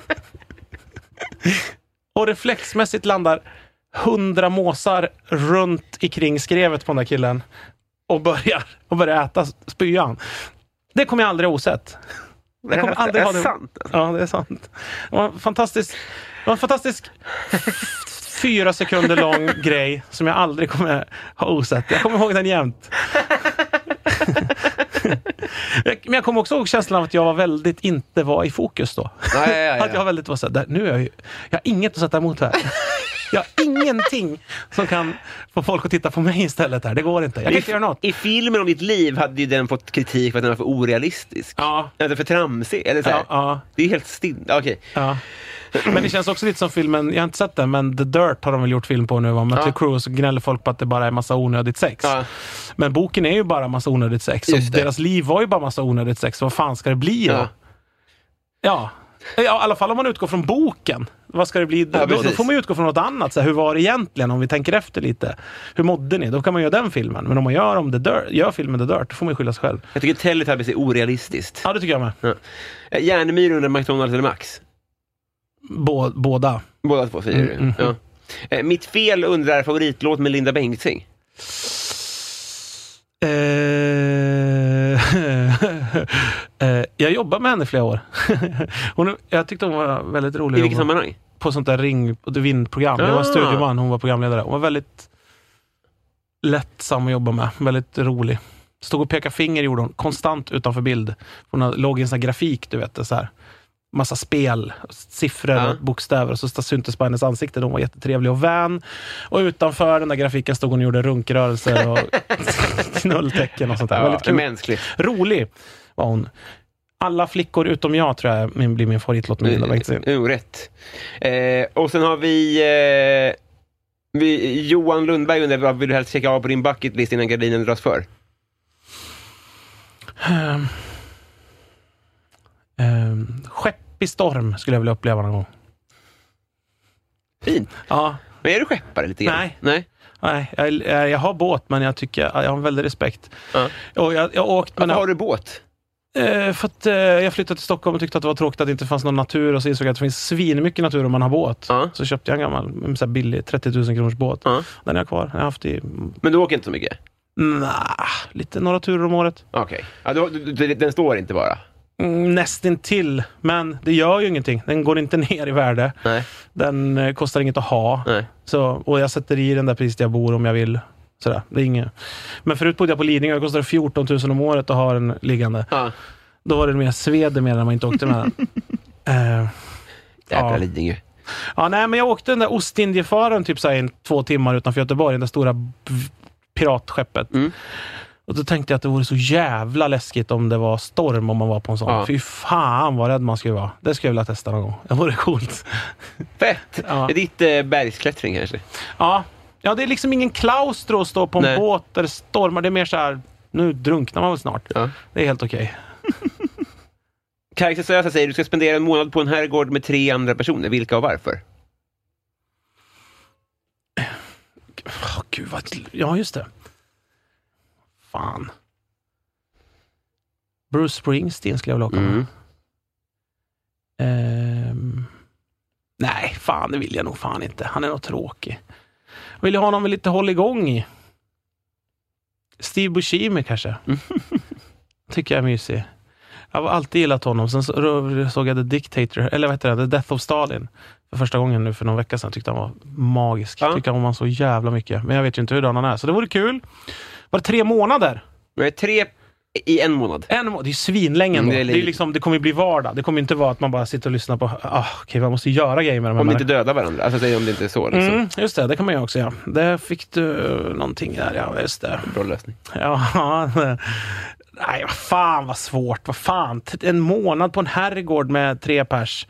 Och reflexmässigt landar 100 måsar runt ikring skrevet på den där killen och börjar äta spyan. Det kommer jag aldrig ha osett. Jag kommer aldrig ha det. Sant? Ja, det är sant. Det var en fantastisk 4 sekunder lång grej som jag aldrig kommer ha osett. Jag kommer ihåg den jämt. Men jag kommer också ihåg känslan av att jag inte var i fokus då. Nej. Att jag väldigt var så där, nu är jag har inget att sätta emot här. Jag har ingenting som kan få folk att titta på mig istället här. Det går inte. Jag kan inte göra något. I filmen om ditt liv hade ju den fått kritik för att den var för orealistisk. Ja. Eller för tramsig. Eller så här. Ja. Det är helt Okej. Ja. Men det känns också lite som filmen, jag har inte sett den, men The Dirt har de väl gjort film på nu. Om Mötley Crüe, så gnäller folk på att det bara är massa onödigt sex. Ja. Men boken är ju bara massa onödigt sex. Och deras liv var ju bara massa onödigt sex. Vad fan ska det bli då? Ja. I alla fall om man utgår från boken. Vad ska det bli? Då får man utgå från något annat. Så här, hur var det egentligen? Om vi tänker efter lite. Hur mådde ni? Då kan man göra den filmen. Men om man gör filmen The Dirt, då får man skylla sig själv. Jag tycker Teletubbies är orealistiskt. Ja, det tycker jag med. Ja. Järnemyr under McDonald's eller Max? Båda. Båda två fyra. Ja. Mitt fel undrar favoritlåt med Linda Bengtzing. Jag jobbar med henne flera år. Jag tyckte hon var väldigt rolig. I vilket sammanhang? På sånt där vindprogram. Jag var studieman, hon var programledare. Hon var väldigt lättsam att jobba med. Väldigt rolig. Stod och pekade finger gjorde hon konstant utanför bild. Hon låg i en sån här grafik, du vet, så här. Massa spel, siffror och bokstäver, och så syntes på hennes ansikte. Hon var jättetrevlig och vän. Och utanför den där grafiken stod hon och gjorde runkrörelser och knulltecken och sånt där. Väldigt kul. Mänskligt. Rolig var hon. Alla flickor utom jag tror jag blir min favoritlåt med Linda Bengtzing. Rätt. Och sen har vi Johan Lundberg undrar, vad vill du helst checka av på din bucketlist innan gardinen dras för? Skepp i storm skulle jag vilja uppleva någon gång. Fint. Ja. Men är du skeppare lite grann? Nej, jag har båt, men jag tycker jag har en väldigt respekt. Och jag åkt med. Varför har du båt? För att jag flyttade till Stockholm och tyckte att det var tråkigt att det inte fanns någon natur, och så insåg jag att det finns svinmycket natur om man har båt. Så köpte jag en gammal så här billig 30 000 kronors båt. Den är jag kvar. Jag har haft Men du åker inte så mycket? Lite några turer om året. Okej. Ja, den står inte bara? Nästintill, men det gör ju ingenting. Den går inte ner i värde. Nej. Den kostar inget att ha. Nej. Så, och jag sätter i den där priset jag bor om jag vill. Sådär. Det är inget. Men förut bodde jag på Lidingö. Det kostar 14 000 om året att ha den liggande. Då var det mer sved med när man inte åkte med den. Jävla Lidingö. Ja, nej, men jag åkte den där Ostindiefararen typ så här 2 timmar utanför Göteborg. Den där stora piratskeppet. Och då tänkte jag att det vore så jävla läskigt om det var storm om man var på en sån. Fy fan vad rädd man skulle vara. Det skulle jag vilja testa någon gång. Det vore coolt. Fett! Ja. Är ditt bergsklättring kanske? Ja, det är liksom ingen klaustro att stå på en båt där det stormar. Det är mer så här, nu drunknar man väl snart. Ja. Det är helt okej. Kajsa Sösa säger, du ska spendera en månad på en herrgård med 3 andra personer. Vilka och varför? Gud, ja, just det. Fan. Bruce Springsteen skulle jag vilja åka med. Nej, fan, det vill jag nog fan inte. Han är nog tråkig. Jag vill ha någon med lite håll igång i. Steve Buscemi kanske. Tycker jag är mysig. Jag har alltid gillat honom. Sen såg jag The Dictator, eller vad heter det? The Death of Stalin. För första gången nu för någon vecka sedan tyckte han var magisk. Tyckte han var så jävla mycket. Men jag vet ju inte hur han är. Så det vore kul. Var det 3 månader? Det är 3 i en månad. Det är ju svinlängen. Det är liksom, det kommer ju bli vardag. Det kommer inte vara att man bara sitter och lyssnar på okej, man måste göra grejer med de här. Om de inte dödar varandra. Alltså om det inte är så. Liksom. Just det kan man ju också göra. Det fick du någonting där. Ja, just det. Bra lösning. Ja, nej, vad fan vad svårt. Vad fan. En månad på en herrgård med 3 pers.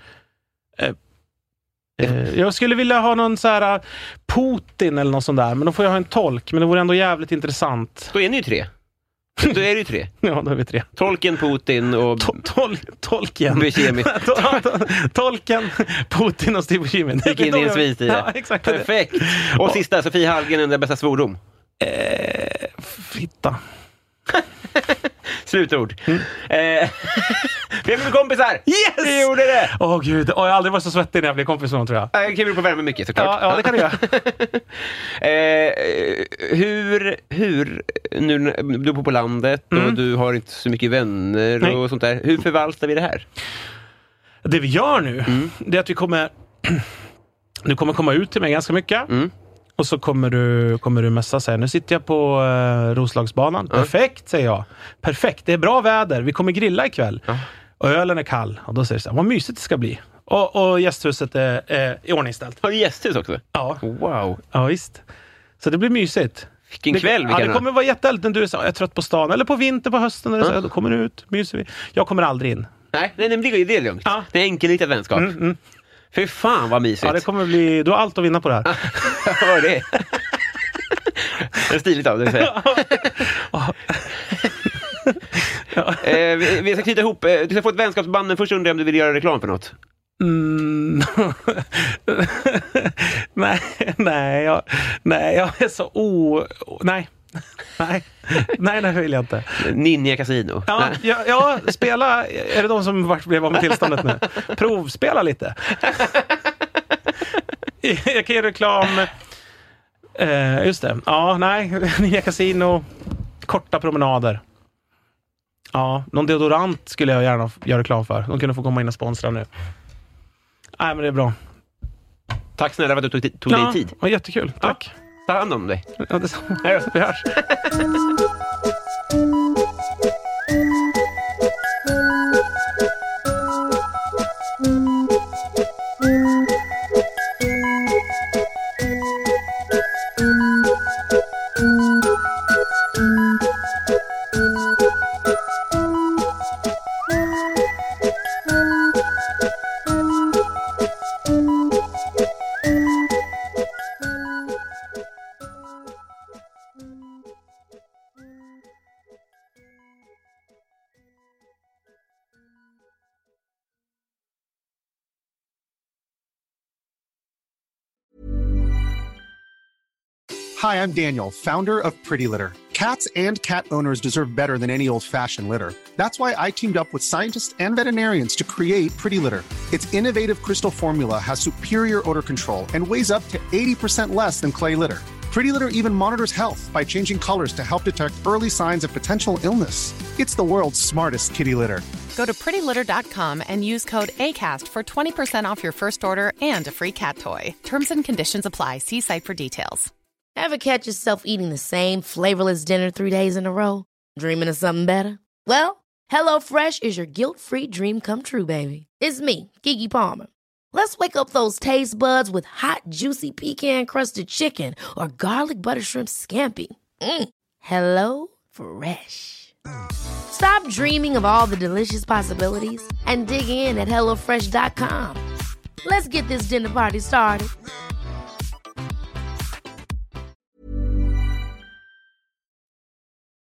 Jag skulle vilja ha någon så här Putin eller något sånt där. Men då får jag ha en tolk. Men det vore ändå jävligt intressant. Då är ni ju 3. Då är det ju 3. Ja, då är vi 3. Tolken, Putin och... Tolken. Buscemi. Tolken, Putin och Steve Buscemi. Det gick in i en svistid. Ja, exakt. Perfekt. Och sista, Sofie Hallgren, den bästa svordom. Fitta. Slutord. Vi är med kompisar. Yes! Vi gjorde det. Gud, jag har aldrig varit så svettig när jag blev kompis med någon, tror jag. Jag kan bli på värme mycket, såklart. Ja, det kan du göra. Hur nu du bor på landet och du har inte så mycket vänner och sånt där. Hur förvaltar vi det här? Det vi gör nu, det är att vi kommer komma ut till mig ganska mycket. Och så kommer du messa och säga, nu sitter jag på Roslagsbanan. Perfekt, säger jag. Perfekt, det är bra väder. Vi kommer grilla ikväll. Och ölen är kall. Och då säger det så här, vad mysigt det ska bli. Och gästhuset är iordningställt. Har du gästhus också? Ja. Wow. Ja, visst. Så det blir mysigt. Vilken kväll. Det kommer vara jättehärligt när du är så, jag är trött på stan. Eller på vinter, på hösten. Eller så, då kommer du ut, myser vi. Jag kommer aldrig in. Nej, det är lugnt. Ja. Det är enkelriktat vänskap. Fy fan vad mysigt. Ja, det kommer bli... Du har allt att vinna på det här. Vad var det? Det är stiligt av det, säger. Vi ska knyta ihop. Du ska få ett vänskapsband, men först undrar jag om du vill göra reklam för något. Nej, jag är så Nej, det vill jag inte. Ninja Casino. Ja, spela. Är det de som blev av med tillståndet nu? Provspela lite. Jag kan göra reklam. Just det. Ja, nej. Ninja Casino. Korta promenader. Ja, någon deodorant skulle jag gärna göra reklam för. De kunde få komma in och sponsra nu. Nej, men det är bra. Tack snälla för att du tog dig tid. Ja, jättekul. Tack. Ta hand om dig. Ja, detsamma. Hej då. Vi hörs. Hi, I'm Daniel, founder of Pretty Litter. Cats and cat owners deserve better than any old-fashioned litter. That's why I teamed up with scientists and veterinarians to create Pretty Litter. Its innovative crystal formula has superior odor control and weighs up to 80% less than clay litter. Pretty Litter even monitors health by changing colors to help detect early signs of potential illness. It's the world's smartest kitty litter. Go to prettylitter.com and use code ACAST for 20% off your first order and a free cat toy. Terms and conditions apply. See site for details. Ever catch yourself eating the same flavorless dinner 3 days in a row? Dreaming of something better? Well, HelloFresh is your guilt-free dream come true, baby. It's me, Keke Palmer. Let's wake up those taste buds with hot, juicy pecan-crusted chicken or garlic butter shrimp scampi. Hello Fresh. Stop dreaming of all the delicious possibilities and dig in at HelloFresh.com. Let's get this dinner party started.